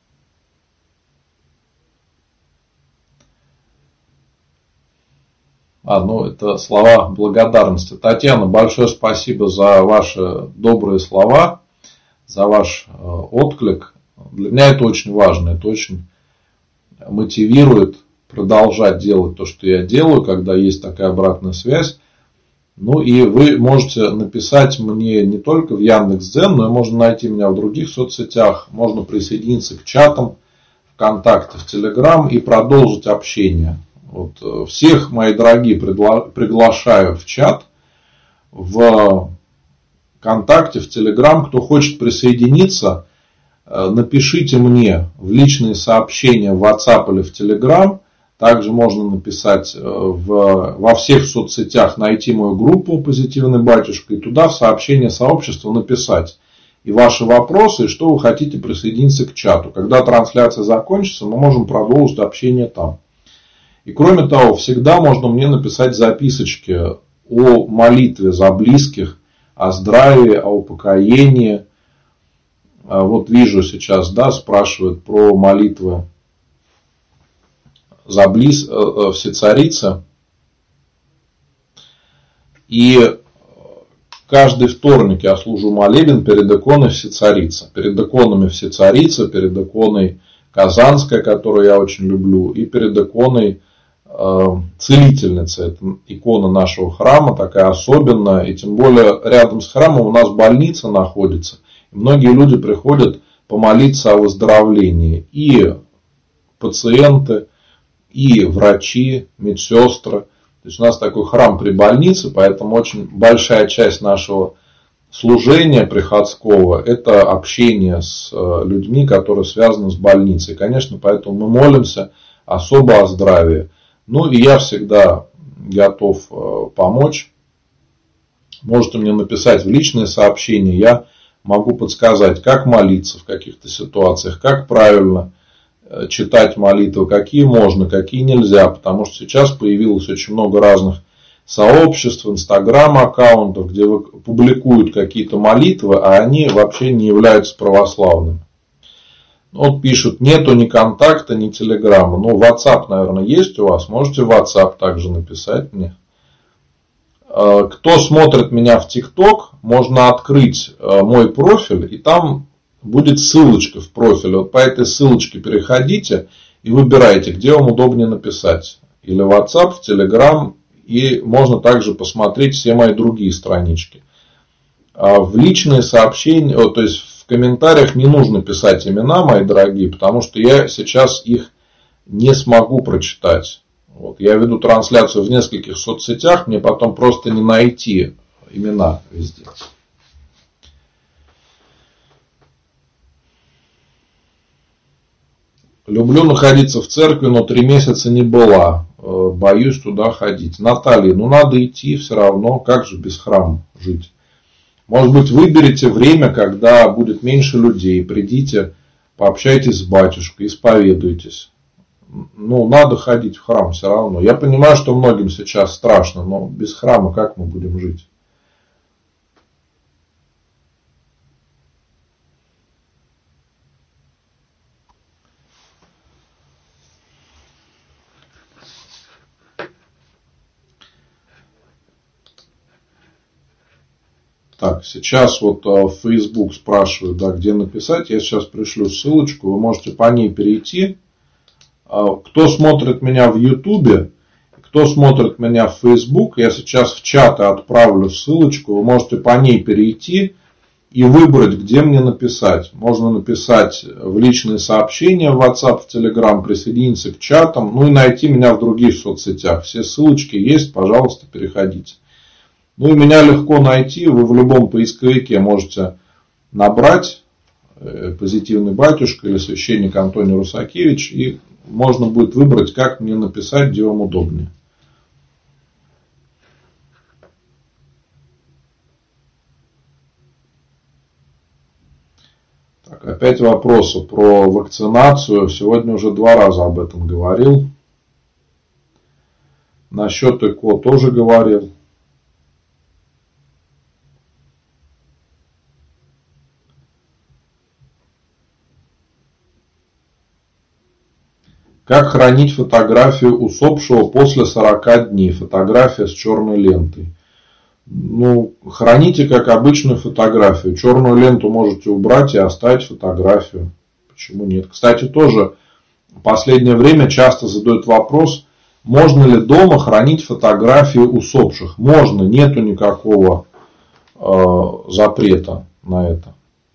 А, ну это слова благодарности. Татьяна, большое спасибо за ваши добрые слова, за ваш э, отклик. Для меня это очень важно, это очень мотивирует продолжать делать то, что я делаю, когда есть такая обратная связь. Ну и вы можете написать мне не только в Яндекс.Дзен, но и можно найти меня в других соцсетях. Можно присоединиться к чатам ВКонтакте, в Телеграм и продолжить общение. Вот, всех, мои дорогие, пригла- приглашаю в чат, в ВКонтакте, в Телеграм. Кто хочет присоединиться, напишите мне в личные сообщения в WhatsApp или в Telegram. Также можно написать в, во всех соцсетях, найти мою группу «Позитивный батюшка» и туда в сообщение сообщества написать и ваши вопросы, и что вы хотите присоединиться к чату. Когда трансляция закончится, мы можем продолжить общение там. И кроме того, всегда можно мне написать записочки о молитве за близких, о здравии, о упокоении. Вот вижу сейчас, да, спрашивают про молитвы за близ, всецарица. И каждый вторник я служу молебен перед иконой всецарица. Перед иконами всецарица, перед иконой Казанская, которую я очень люблю, и перед иконой Целительница. Это икона нашего храма, такая особенная. И тем более рядом с храмом у нас больница находится. И многие люди приходят помолиться о выздоровлении. И пациенты, и врачи, медсестры. То есть у нас такой храм при больнице, поэтому очень большая часть нашего служения приходского — это общение с людьми, которые связаны с больницей. Конечно, поэтому мы молимся особо о здравии. Ну и я всегда готов помочь. Можете мне написать в личные сообщения. Я могу подсказать, как молиться в каких-то ситуациях, как правильно читать молитвы, какие можно, какие нельзя. Потому что сейчас появилось очень много разных сообществ, инстаграм-аккаунтов, где публикуют какие-то молитвы, а они вообще не являются православными. Вот пишут: нету ни контакта, ни телеграмма. Ну, WhatsApp, наверное, есть у вас. Можете в WhatsApp также написать мне. Кто смотрит меня в ТикТок, можно открыть мой профиль, и там будет ссылочка в профиле. Вот по этой ссылочке переходите и выбирайте, где вам удобнее написать. Или в WhatsApp, в Telegram. И можно также посмотреть все мои другие странички. В личные сообщения, то есть в комментариях не нужно писать имена, мои дорогие, потому что я сейчас их не смогу прочитать. Вот. Я веду трансляцию в нескольких соцсетях, мне потом просто не найти имена везде. Люблю находиться в церкви, но три месяца не была. Боюсь туда ходить. Наталья, ну надо идти все равно. Как же без храма жить? Может быть, выберите время, когда будет меньше людей. Придите, пообщайтесь с батюшкой, исповедуйтесь. Ну, надо ходить в храм все равно. Я понимаю, что многим сейчас страшно, но без храма как мы будем жить? Так, сейчас вот в Facebook спрашивают, да, где написать. Я сейчас пришлю ссылочку, вы можете по ней перейти. Кто смотрит меня в YouTube, кто смотрит меня в Facebook, я сейчас в чаты отправлю ссылочку. Вы можете по ней перейти и выбрать, где мне написать. Можно написать в личные сообщения в WhatsApp, в Telegram, присоединиться к чатам, ну и найти меня в других соцсетях. Все ссылочки есть, пожалуйста, переходите. Ну и меня легко найти, вы в любом поисковике можете набрать «Позитивный батюшка» или «Священник Антоний Русакевич», и можно будет выбрать, как мне написать, где вам удобнее. Так, опять вопросы про вакцинацию. Сегодня уже два раза об этом говорил. Насчет ЭКО тоже говорил. Как хранить фотографию усопшего после сорока дней? Фотография с черной лентой. Ну, храните как обычную фотографию. Черную ленту можете убрать и оставить фотографию. Почему нет? Кстати, тоже в последнее время часто задают вопрос, можно ли дома хранить фотографии усопших. Можно, нету никакого э, запрета на это.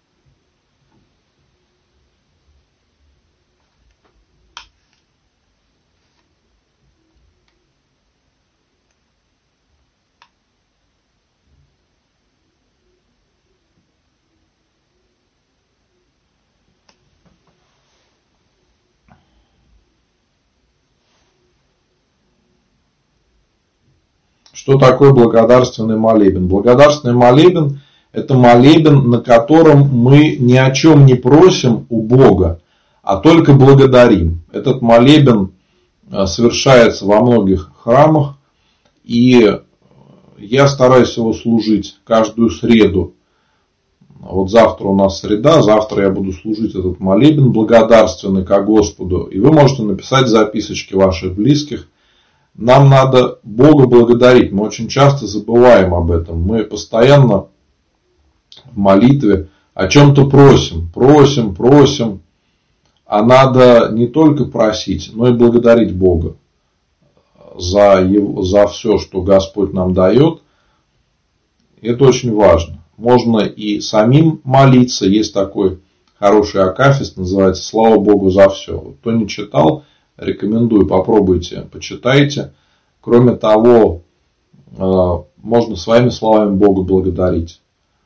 Что такое благодарственный молебен? Благодарственный молебен – это молебен, на котором мы ни о чем не просим у Бога, а только благодарим. Этот молебен совершается во многих храмах, и я стараюсь его служить каждую среду. Вот завтра у нас среда, завтра я буду служить этот молебен благодарственный ко Господу. И вы можете написать записочки ваших близких. Нам надо Бога благодарить. Мы очень часто забываем об этом. Мы постоянно в молитве о чем-то просим. Просим, просим. А надо не только просить, но и благодарить Бога за, его, за все, что Господь нам дает. Это очень важно. Можно и самим молиться. Есть такой хороший акафист, называется «Слава Богу за все». Вот кто не читал, рекомендую, попробуйте, почитайте. Кроме того, можно своими словами Бога благодарить.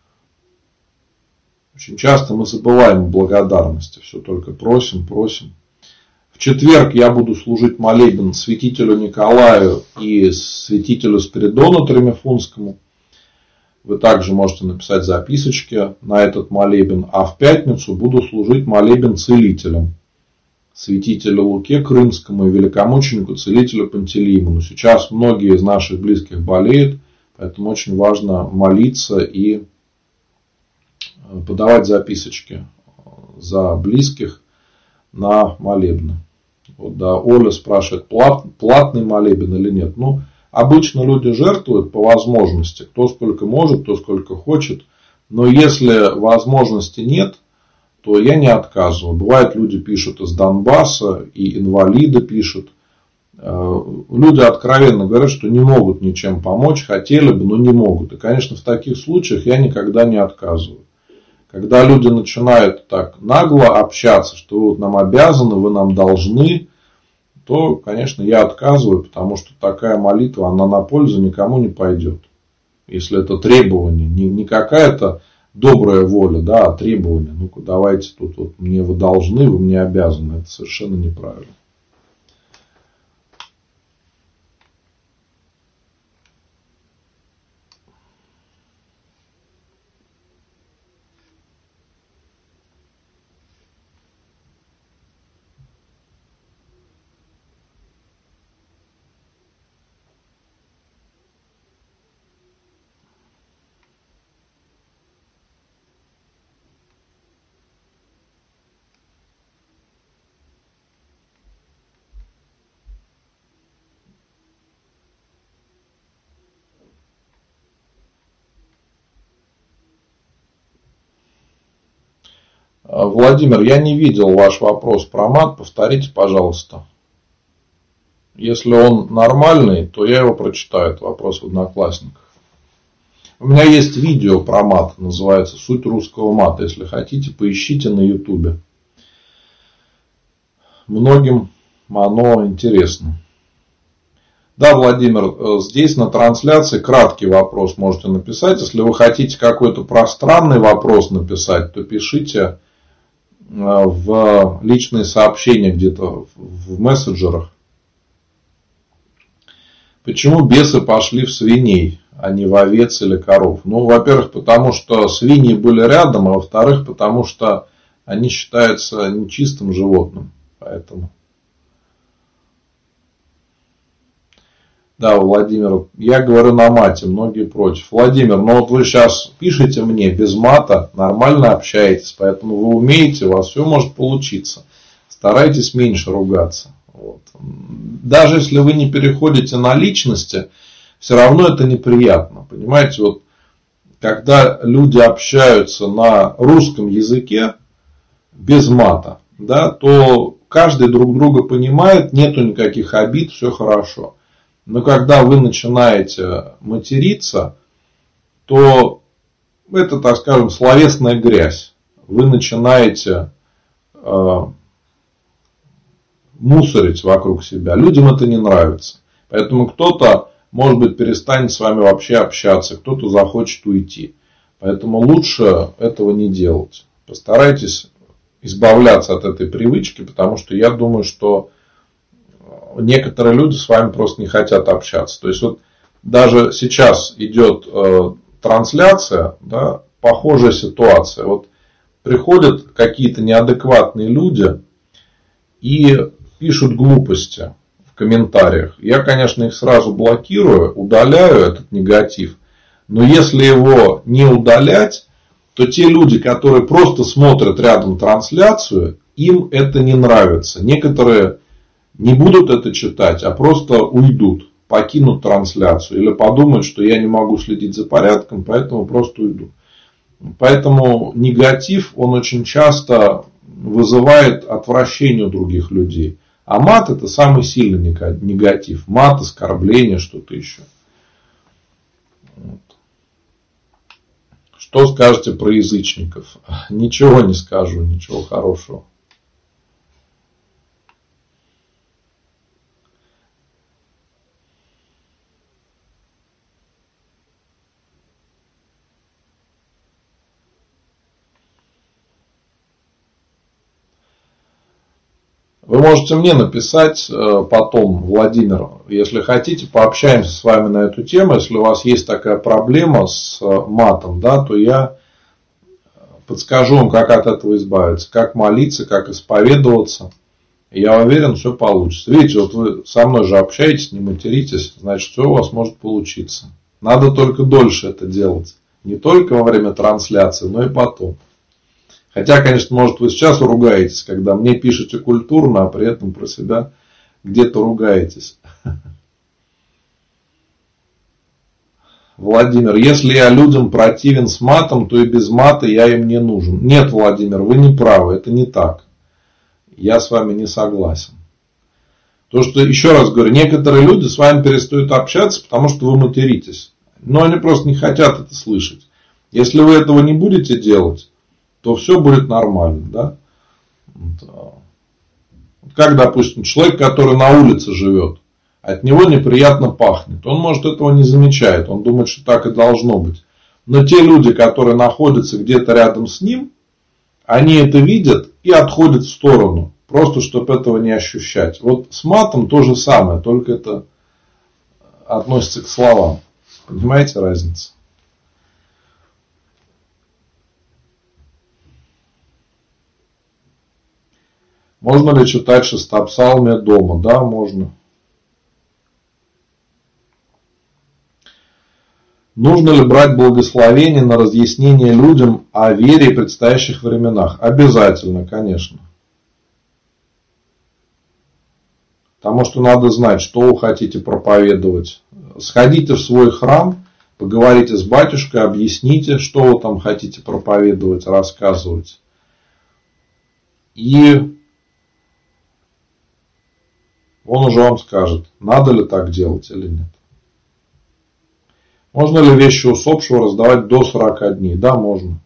Очень часто мы забываем о благодарности. Все только просим, просим. В четверг я буду служить молебен святителю Николаю и святителю Спиридону Тремифунскому. Вы также можете написать записочки на этот молебен. А в пятницу буду служить молебен целителям. Святителю Луке Крымскому и великомученику целителю Пантелеимону. Сейчас многие из наших близких болеют, поэтому очень важно молиться и подавать записочки за близких на молебны. Вот, да, Оля спрашивает, плат, платный молебен или нет. Ну, обычно люди жертвуют по возможности, кто сколько может, кто сколько хочет. Но если возможности нет, то я не отказываю. Бывает, люди пишут из Донбасса, и инвалиды пишут. Люди откровенно говорят, что не могут ничем помочь, хотели бы, но не могут. И, конечно, в таких случаях я никогда не отказываю. Когда люди начинают так нагло общаться, что вы нам обязаны, вы нам должны, то, конечно, я отказываю, потому что такая молитва, она на пользу никому не пойдет. Если это требование, не, не какая-то добрая воля, да, а требование. Ну-ка, давайте тут вот мне вы должны, вы мне обязаны. Это совершенно неправильно. Владимир, я не видел ваш вопрос про мат, повторите, пожалуйста. Если он нормальный, то я его прочитаю, этот вопрос в Одноклассниках. У меня есть видео про мат, называется «Суть русского мата». Если хотите, поищите на ютубе. Многим оно интересно. Да, Владимир, здесь на трансляции краткий вопрос можете написать. Если вы хотите какой-то пространный вопрос написать, то пишите в личные сообщения где-то в мессенджерах. Почему бесы пошли в свиней, а не в овец или коров? Ну, во-первых, потому что свиньи были рядом, а во-вторых, потому что они считаются нечистым животным. Поэтому. Да, Владимир, я говорю на мате, многие против. Владимир, ну вот вы сейчас пишете мне без мата, нормально общаетесь, поэтому вы умеете, у вас все может получиться. Старайтесь меньше ругаться. Вот. Даже если вы не переходите на личности, все равно это неприятно. Понимаете, вот когда люди общаются на русском языке без мата, да, то каждый друг друга понимает, нету никаких обид, все хорошо. Но когда вы начинаете материться, то это, так скажем, словесная грязь. Вы начинаете э, мусорить вокруг себя. Людям это не нравится. Поэтому кто-то, может быть, перестанет с вами вообще общаться, кто-то захочет уйти. Поэтому лучше этого не делать. Постарайтесь избавляться от этой привычки, потому что я думаю, что некоторые люди с вами просто не хотят общаться. То есть вот даже сейчас идет э, трансляция, да, похожая ситуация. Вот приходят какие-то неадекватные люди и пишут глупости в комментариях. Я, конечно, их сразу блокирую, удаляю этот негатив. Но если его не удалять, то те люди, которые просто смотрят рядом трансляцию, им это не нравится. Некоторые не будут это читать, а просто уйдут, покинут трансляцию. Или подумают, что я не могу следить за порядком, поэтому просто уйду. Поэтому негатив, он очень часто вызывает отвращение у других людей. А мат — это самый сильный негатив. Мат, оскорбление, что-то еще. Вот. Что скажете про язычников? Ничего не скажу, ничего хорошего. Вы можете мне написать потом, Владимир, если хотите, пообщаемся с вами на эту тему. Если у вас есть такая проблема с матом, да, то я подскажу вам, как от этого избавиться, как молиться, как исповедоваться. Я уверен, все получится. Видите, вот вы со мной же общаетесь, не материтесь, значит, все у вас может получиться. Надо только дольше это делать. Не только во время трансляции, но и потом. Хотя, конечно, может, вы сейчас ругаетесь, когда мне пишете культурно, а при этом про себя где-то ругаетесь. Владимир, если я людям противен с матом, то и без мата я им не нужен. Нет, Владимир, вы не правы, это не так. Я с вами не согласен. То, что, еще раз говорю, некоторые люди с вами перестают общаться, потому что вы материтесь. Но они просто не хотят это слышать. Если вы этого не будете делать, то все будет нормально. Да? Как, допустим, человек, который на улице живет, от него неприятно пахнет. Он, может, этого не замечает. Он думает, что так и должно быть. Но те люди, которые находятся где-то рядом с ним, они это видят и отходят в сторону. Просто, чтобы этого не ощущать. Вот с матом то же самое, только это относится к словам. Понимаете разницу? Можно ли читать шестопсалмие дома? Да, можно. Нужно ли брать благословение на разъяснение людям о вере и предстоящих временах? Обязательно, конечно. Потому что надо знать, что вы хотите проповедовать. Сходите в свой храм, поговорите с батюшкой, объясните, что вы там хотите проповедовать, рассказывать. И он уже вам скажет, надо ли так делать или нет. Можно ли вещи усопшего раздавать до сорока дней? Да, можно.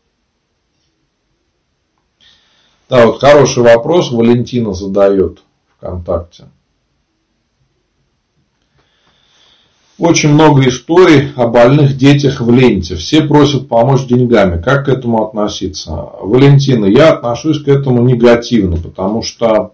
Да, вот хороший вопрос Валентина задает ВКонтакте. Очень много историй о больных детях в ленте. Все просят помочь деньгами. Как к этому относиться? Валентина, я отношусь к этому негативно, потому что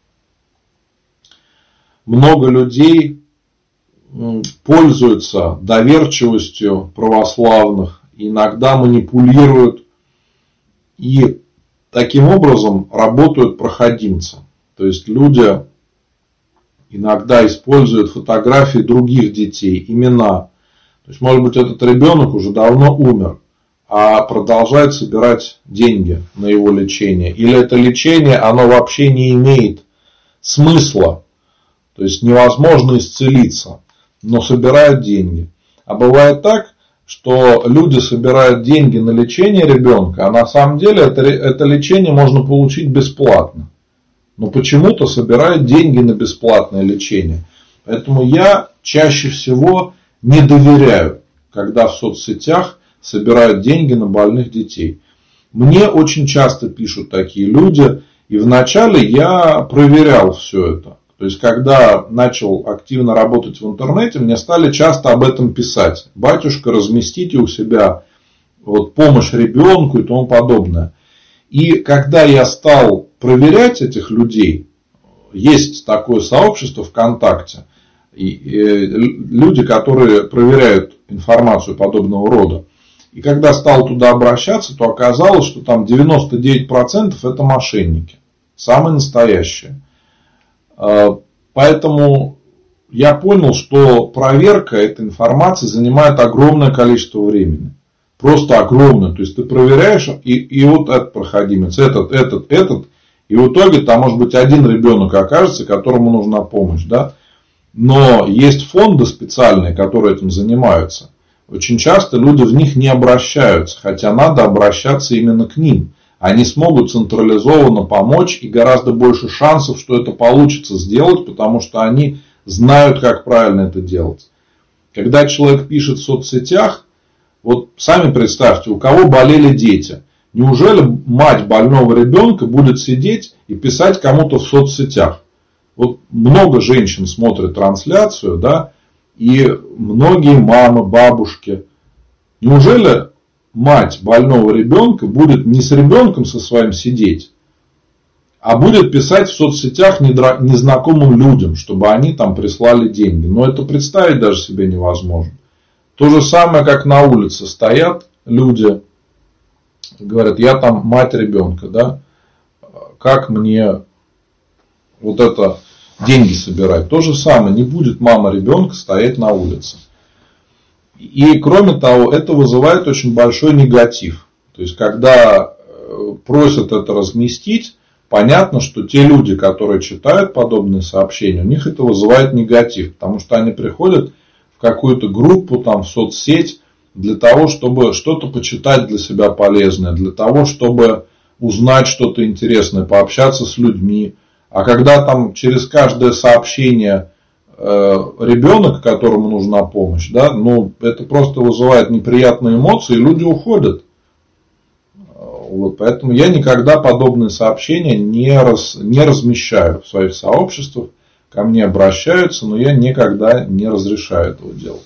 много людей пользуются доверчивостью православных, иногда манипулируют и таким образом работают проходимцы. То есть люди иногда используют фотографии других детей, имена. То есть, может быть, этот ребенок уже давно умер, а продолжает собирать деньги на его лечение. Или это лечение, оно вообще не имеет смысла. То есть, невозможно исцелиться, но собирают деньги. А бывает так, что люди собирают деньги на лечение ребенка, а на самом деле это, это лечение можно получить бесплатно. Но почему-то собирают деньги на бесплатное лечение. Поэтому я чаще всего не доверяю, когда в соцсетях собирают деньги на больных детей. Мне очень часто пишут такие люди, и вначале я проверял все это. То есть, когда начал активно работать в интернете, мне стали часто об этом писать. Батюшка, разместите у себя вот, помощь ребенку и тому подобное. И когда я стал проверять этих людей, есть такое сообщество ВКонтакте, и, и люди, которые проверяют информацию подобного рода. И когда стал туда обращаться, то оказалось, что там девяносто девять процентов это мошенники. Самые настоящие. Поэтому я понял, что проверка этой информации занимает огромное количество времени. Просто огромное. То есть, ты проверяешь, и, и вот этот проходимец, этот, этот, этот. И в итоге там может быть один ребенок окажется, которому нужна помощь. Да? Но есть фонды специальные, которые этим занимаются. Очень часто люди в них не обращаются. Хотя надо обращаться именно к ним. Они смогут централизованно помочь. И гораздо больше шансов, что это получится сделать. Потому что они знают, как правильно это делать. Когда человек пишет в соцсетях. Вот сами представьте, у кого болели дети. Неужели мать больного ребенка будет сидеть и писать кому-то в соцсетях? Вот много женщин смотрят трансляцию, да, и многие мамы, бабушки. Неужели мать больного ребенка будет не с ребенком со своим сидеть, а будет писать в соцсетях незнакомым людям, чтобы они там прислали деньги? Но это представить даже себе невозможно. То же самое, как на улице стоят люди, говорят, я там мать ребенка, да, как мне вот это деньги собирать? То же самое, не будет мама ребенка стоять на улице. И кроме того, это вызывает очень большой негатив. То есть, когда просят это разместить, понятно, что те люди, которые читают подобные сообщения, у них это вызывает негатив, потому что они приходят в какую-то группу, там, в соцсеть, для того, чтобы что-то почитать для себя полезное, для того, чтобы узнать что-то интересное, пообщаться с людьми. А когда там через каждое сообщение э, ребенок, которому нужна помощь, да, ну, это просто вызывает неприятные эмоции, и люди уходят. Вот, поэтому я никогда подобные сообщения не, раз, не размещаю в своих сообществах. Ко мне обращаются, но я никогда не разрешаю этого делать.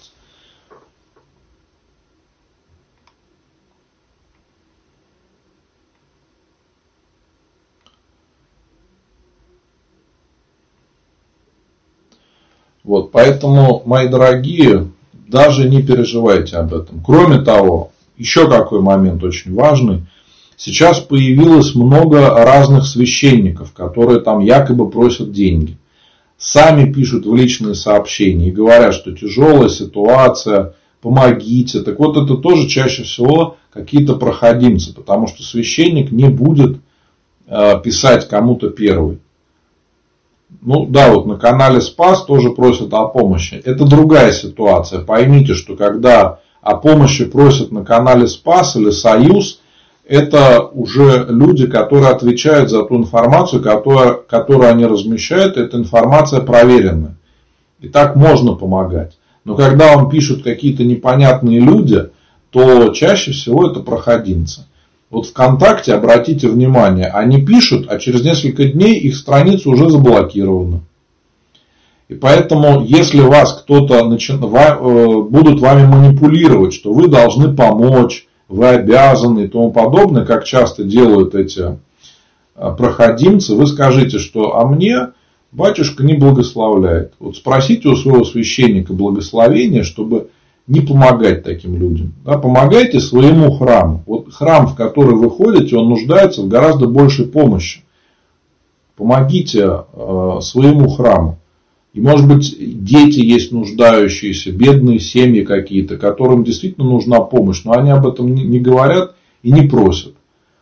Вот, поэтому, мои дорогие, даже не переживайте об этом. Кроме того, еще какой момент очень важный. Сейчас появилось много разных священников, которые там якобы просят деньги. Сами пишут в личные сообщения и говорят, что тяжелая ситуация, помогите. Так вот, это тоже чаще всего какие-то проходимцы, потому что священник не будет писать кому-то первый. Ну да, вот на канале Спас тоже просят о помощи. Это другая ситуация. Поймите, что когда о помощи просят на канале Спас или Союз, это уже люди, которые отвечают за ту информацию, которую, которую они размещают. Эта информация проверенная. И так можно помогать. Но когда вам пишут какие-то непонятные люди, то чаще всего это проходимцы. Вот ВКонтакте, обратите внимание, они пишут, а через несколько дней их страница уже заблокирована. И поэтому, если вас кто-то начи... будут вами манипулировать, что вы должны помочь, вы обязаны и тому подобное, как часто делают эти проходимцы, вы скажите, что а мне батюшка не благословляет. Вот спросите у своего священника благословения, чтобы не помогать таким людям. Да, помогайте своему храму. Вот храм, в который вы ходите, он нуждается в гораздо большей помощи. Помогите э, своему храму. И может быть дети есть нуждающиеся, бедные семьи какие-то, которым действительно нужна помощь. Но они об этом не говорят и не просят.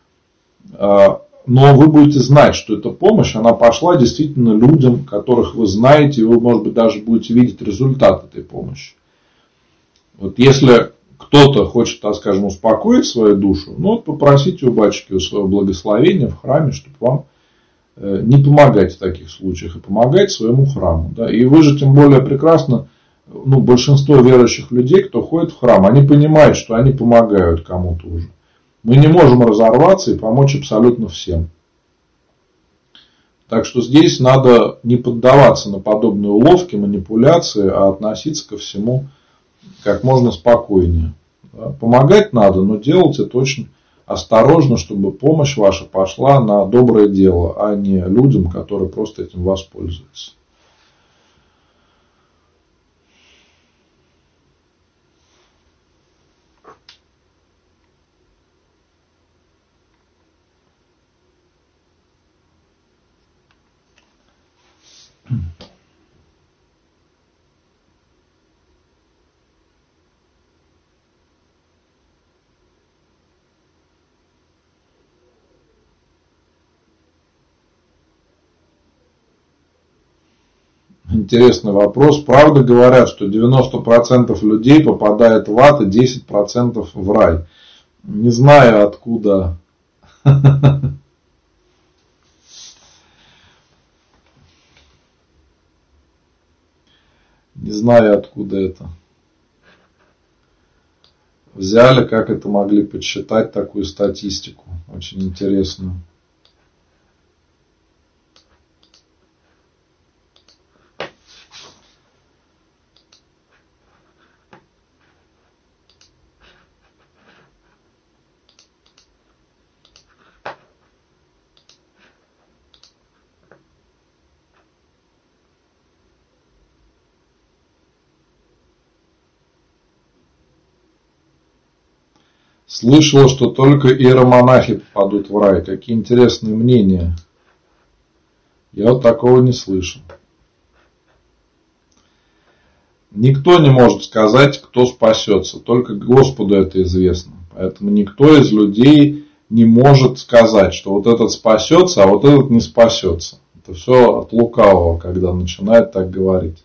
Но вы будете знать, что эта помощь, она пошла действительно людям, которых вы знаете. И вы, может быть, даже будете видеть результат этой помощи. Вот если кто-то хочет, так скажем, успокоить свою душу, ну, вот попросите у батюшки своего благословения в храме, чтобы вам не помогать в таких случаях, и помогать своему храму. Да? И вы же тем более прекрасно, ну, большинство верующих людей, кто ходит в храм, они понимают, что они помогают кому-то уже. Мы не можем разорваться и помочь абсолютно всем. Так что здесь надо не поддаваться на подобные уловки, манипуляции, а относиться ко всему как можно спокойнее. Помогать надо, но делать это очень осторожно, чтобы помощь ваша пошла на доброе дело, а не людям, которые просто этим воспользуются. Интересный вопрос. Правда говорят, что девяносто процентов людей попадает в ад и десять процентов в рай. Не знаю откуда. Не знаю откуда это. Взяли, как это могли подсчитать, такую статистику. Очень интересную. Слышал, что только иеромонахи попадут в рай. Какие интересные мнения. Я вот такого не слышал. Никто не может сказать, кто спасется. Только Господу это известно. Поэтому никто из людей не может сказать, что вот этот спасется, а вот этот не спасется. Это все от лукавого, когда начинает так говорить.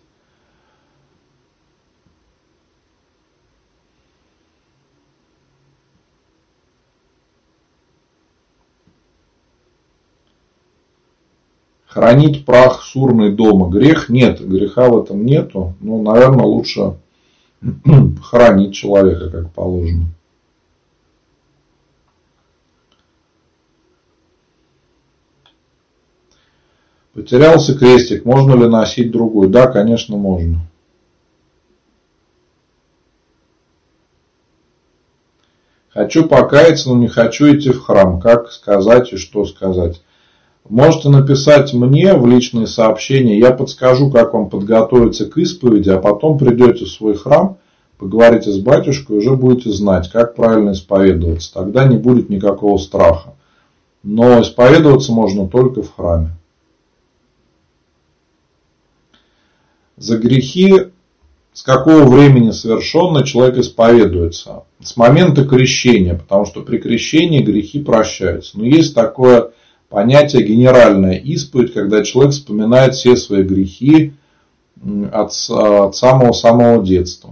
Хранить прах сурный дома. Грех? Нет, греха в этом нету. Ну, наверное, лучше хранить человека, как положено. Потерялся крестик. Можно ли носить другой? Да, конечно, можно. Хочу покаяться, но не хочу идти в храм. Как сказать и что сказать? Можете написать мне в личные сообщения, я подскажу, как вам подготовиться к исповеди, а потом придете в свой храм, поговорите с батюшкой, уже будете знать, как правильно исповедоваться. Тогда не будет никакого страха. Но исповедоваться можно только в храме. За грехи с какого времени совершенный человек исповедуется? С момента крещения, потому что при крещении грехи прощаются. Но есть такое понятие генеральная исповедь, когда человек вспоминает все свои грехи от, от самого-самого детства.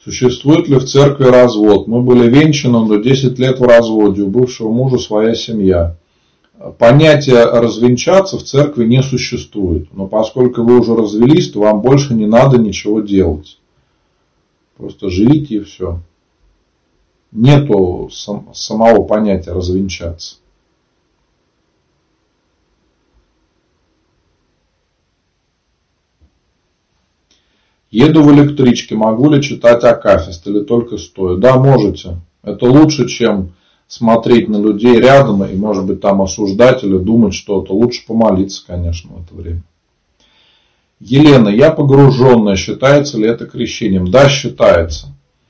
Существует ли в церкви развод? Мы были венчаны, но десять лет в разводе. У бывшего мужа своя семья. Понятие развенчаться в церкви не существует. Но поскольку вы уже развелись, то вам больше не надо ничего делать. Просто живите и все. Нету сам, самого понятия развенчаться. Еду в электричке, могу ли читать акафист или только стоя? Да, можете. Это лучше, чем смотреть на людей рядом и, может быть, там осуждать или думать что-то. Лучше помолиться, конечно, в это время. Елена, я погруженная. Считается ли это крещением? Да, считается.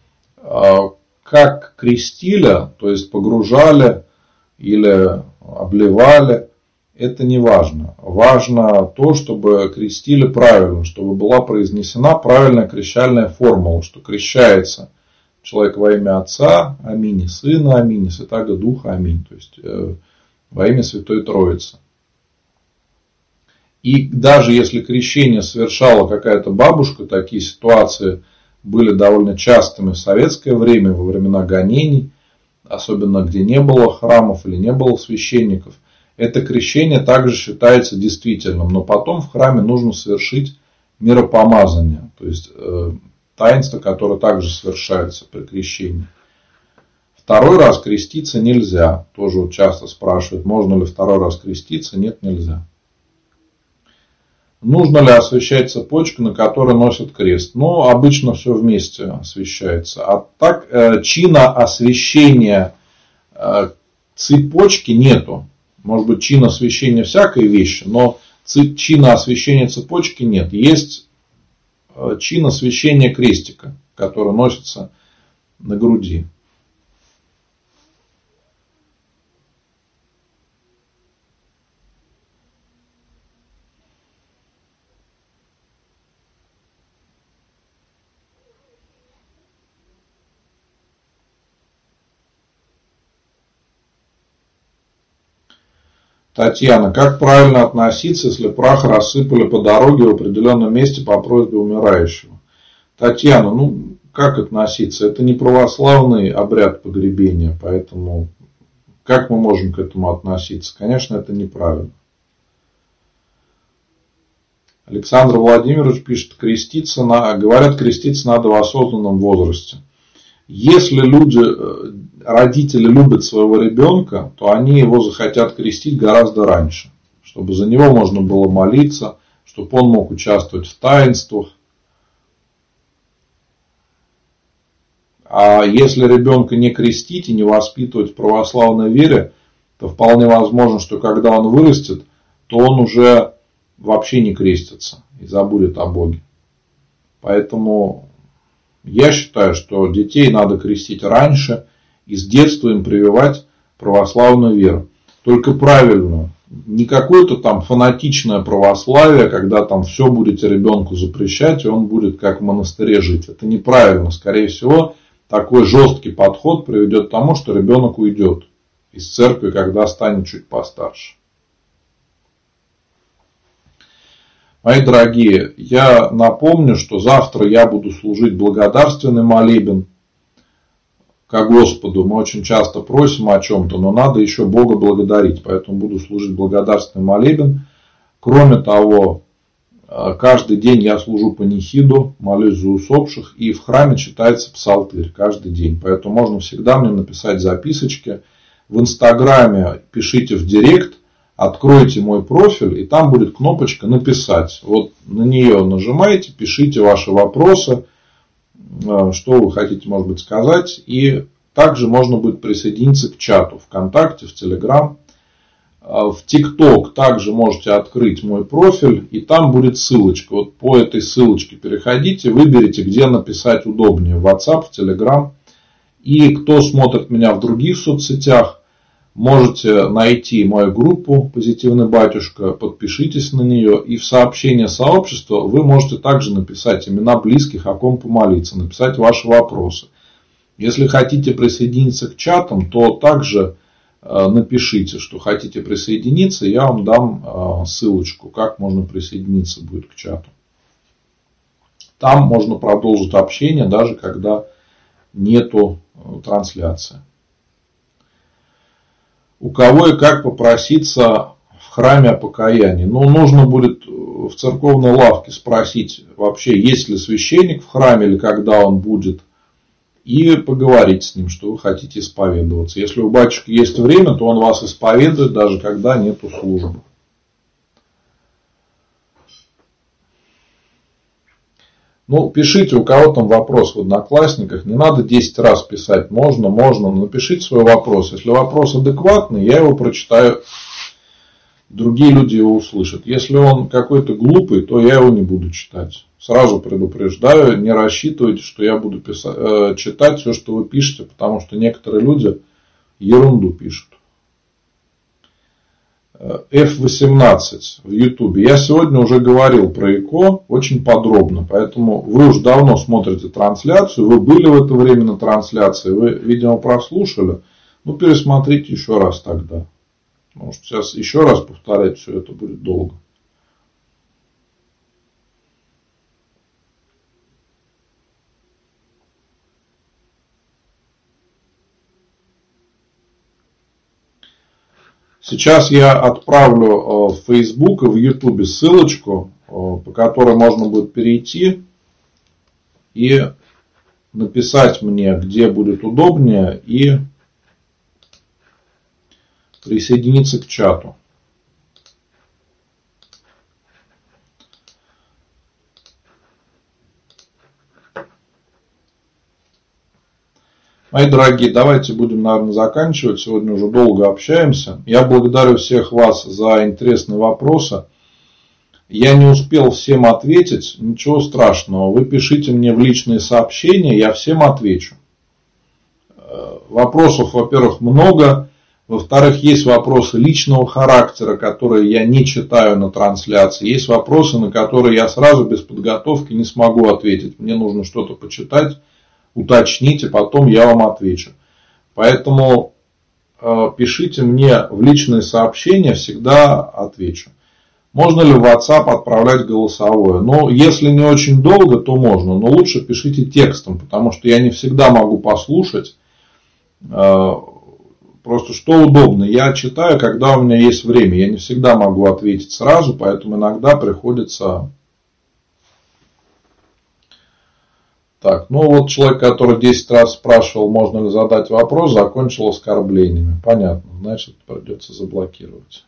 Как крестили, то есть погружали или обливали, это не важно. Важно то, чтобы крестили правильно, чтобы была произнесена правильная крещальная формула, что крещается человек во имя Отца, аминь, и Сына, аминь, и Святаго Духа, аминь. То есть э, во имя Святой Троицы. И даже если крещение совершала какая-то бабушка, такие ситуации были довольно частыми в советское время, во времена гонений, особенно где не было храмов или не было священников. Это крещение также считается действительным, но потом в храме нужно совершить миропомазание, то есть э, таинство, которое также совершается при крещении. Второй раз креститься нельзя. Тоже вот часто спрашивают, можно ли второй раз креститься. Нет, нельзя. Нужно ли освящать цепочку, на которой носят крест? Ну, обычно все вместе освящается. А так, э, чина освящения э, цепочки нету. Может быть, чин освящения всякой вещи, но чин освящения цепочки нет. Есть чин освящения крестика, который носится на груди. Татьяна, как правильно относиться, если прах рассыпали по дороге в определенном месте по просьбе умирающего? Татьяна, ну как относиться? Это не православный обряд погребения, поэтому как мы можем к этому относиться? Конечно, это неправильно. Александр Владимирович пишет, креститься на, говорят, креститься надо в осознанном возрасте. Если люди, родители любят своего ребенка, то они его захотят крестить гораздо раньше, чтобы за него можно было молиться, чтобы он мог участвовать в таинствах. А если ребенка не крестить и не воспитывать в православной вере, то вполне возможно, что когда он вырастет, то он уже вообще не крестится и забудет о Боге. Поэтому я считаю, что детей надо крестить раньше и с детства им прививать православную веру. Только правильную. Не какое-то там фанатичное православие, когда там все будете ребенку запрещать, и он будет как в монастыре жить. Это неправильно. Скорее всего, такой жесткий подход приведет к тому, что ребенок уйдет из церкви, когда станет чуть постарше. Мои дорогие, я напомню, что завтра я буду служить благодарственный молебен ко Господу. Мы очень часто просим о чем-то, но надо еще Бога благодарить. Поэтому буду служить благодарственный молебен. Кроме того, каждый день я служу панихиду, молюсь за усопших. И в храме читается псалтырь каждый день. Поэтому можно всегда мне написать записочки. В Инстаграме пишите в директ. Откройте мой профиль, и там будет кнопочка «Написать». Вот на нее нажимаете, пишите ваши вопросы, что вы хотите, может быть, сказать. И также можно будет присоединиться к чату ВКонтакте, в Телеграм. В ТикТок также можете открыть мой профиль, и там будет ссылочка. Вот по этой ссылочке переходите, выберите, где написать удобнее. В WhatsApp, в Telegram. И кто смотрит меня в других соцсетях, можете найти мою группу «Позитивный батюшка», подпишитесь на нее, и в сообщение сообщества вы можете также написать имена близких, о ком помолиться, написать ваши вопросы. Если хотите присоединиться к чатам, то также напишите, что хотите присоединиться, я вам дам ссылочку, как можно присоединиться будет к чату. там можно продолжить общение, даже когда нету трансляции. У кого и как попроситься в храме о покаянии? Ну, нужно будет в церковной лавке спросить вообще, есть ли священник в храме или когда он будет. И поговорить с ним, что вы хотите исповедоваться. Если у батюшки есть время, то он вас исповедует, даже когда нету службы. Ну, пишите, у кого там вопрос в Одноклассниках. Не надо десять раз писать. Можно, можно. Но напишите свой вопрос. Если вопрос адекватный, я его прочитаю. Другие люди его услышат. Если он какой-то глупый, то я его не буду читать. Сразу предупреждаю, не рассчитывайте, что я буду писать, э, читать все, что вы пишете, потому что некоторые люди ерунду пишут. эф восемнадцать в Ютубе. Я сегодня уже говорил про ЭКО очень подробно, поэтому вы уже давно смотрите трансляцию, вы были в это время на трансляции, вы, видимо, прослушали, ну, пересмотрите еще раз тогда. Потому что сейчас еще раз повторять все это будет долго. Сейчас я отправлю в Facebook и в YouTube ссылочку, по которой можно будет перейти и написать мне, где будет удобнее, и присоединиться к чату. Мои дорогие, давайте будем, наверное, заканчивать. Сегодня уже долго общаемся. Я благодарю всех вас за интересные вопросы. Я не успел всем ответить. Ничего страшного. Вы пишите мне в личные сообщения, я всем отвечу. Вопросов, во-первых, много. Во-вторых, есть вопросы личного характера, которые я не читаю на трансляции. Есть вопросы, на которые я сразу без подготовки не смогу ответить. Мне нужно что-то почитать, уточнить, и потом я вам отвечу. Поэтому э, пишите мне в личные сообщения, всегда отвечу. Можно ли в WhatsApp отправлять голосовое? Ну, если не очень долго, то можно. Но лучше пишите текстом, потому что я не всегда могу послушать. Э, Просто что удобно, я читаю, когда у меня есть время. Я не всегда могу ответить сразу, поэтому иногда приходится... Так, ну вот человек, который десять раз спрашивал, можно ли задать вопрос, закончил оскорблениями. Понятно, значит, придется заблокировать.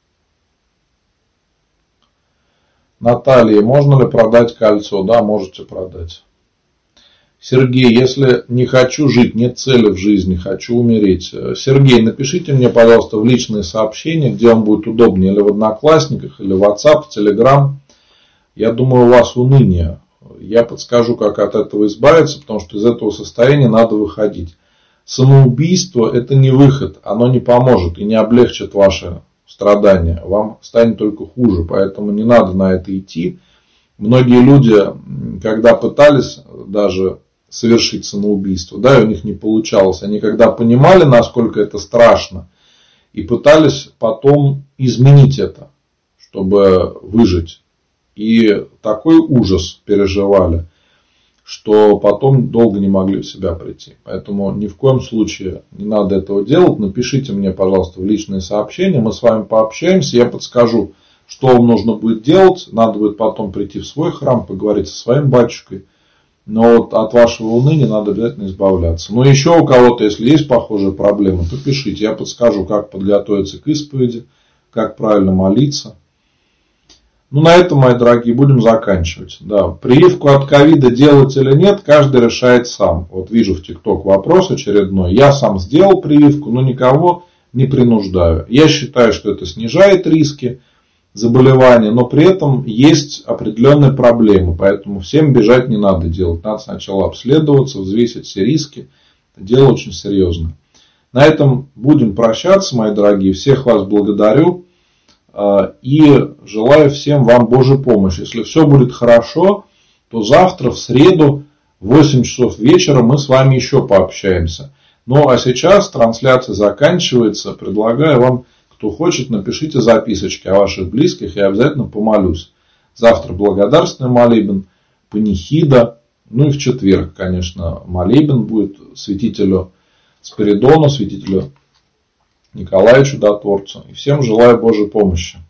Наталья, можно ли продать кольцо? Да, можете продать. Сергей, если не хочу жить, нет цели в жизни, хочу умереть. Сергей, напишите мне, пожалуйста, в личные сообщения, где вам будет удобнее, или в Одноклассниках, или в WhatsApp, в Telegram. Я думаю, у вас уныние. Я подскажу, как от этого избавиться, потому что из этого состояния надо выходить. Самоубийство – это не выход, оно не поможет и не облегчит ваши страдания. Вам станет только хуже, поэтому не надо на это идти. Многие люди, когда пытались даже совершить самоубийство, да, и у них не получалось, они когда понимали, насколько это страшно, и пытались потом изменить это, чтобы выжить. И такой ужас переживали, что потом долго не могли в себя прийти. Поэтому ни в коем случае не надо этого делать. Напишите мне, пожалуйста, в личные сообщения. Мы с вами пообщаемся. Я подскажу, что вам нужно будет делать. Надо будет потом прийти в свой храм, поговорить со своим батюшкой. Но вот от вашего уныния надо обязательно избавляться. Но еще у кого-то, если есть похожие проблемы, то пишите. Я подскажу, как подготовиться к исповеди, как правильно молиться. Ну, на этом, мои дорогие, будем заканчивать. Да. Прививку от ковида делать или нет, каждый решает сам. Вот вижу в ТикТок вопрос очередной. Я сам сделал прививку, но никого не принуждаю. Я считаю, что это снижает риски заболевания, но при этом есть определенные проблемы. Поэтому всем бежать не надо делать. Надо сначала обследоваться, взвесить все риски. Это дело очень серьезное. На этом будем прощаться, мои дорогие. Всех вас благодарю. И желаю всем вам Божьей помощи. Если все будет хорошо, то завтра, в среду, в восемь часов вечера мы с вами еще пообщаемся. Ну а сейчас трансляция заканчивается. Предлагаю вам, кто хочет, напишите записочки о ваших близких, я обязательно помолюсь. Завтра благодарственный молебен. панихида. Ну и в четверг, конечно, молебен будет святителю Спиридону, святителю Николаю Чудотворцу. И всем желаю Божьей помощи.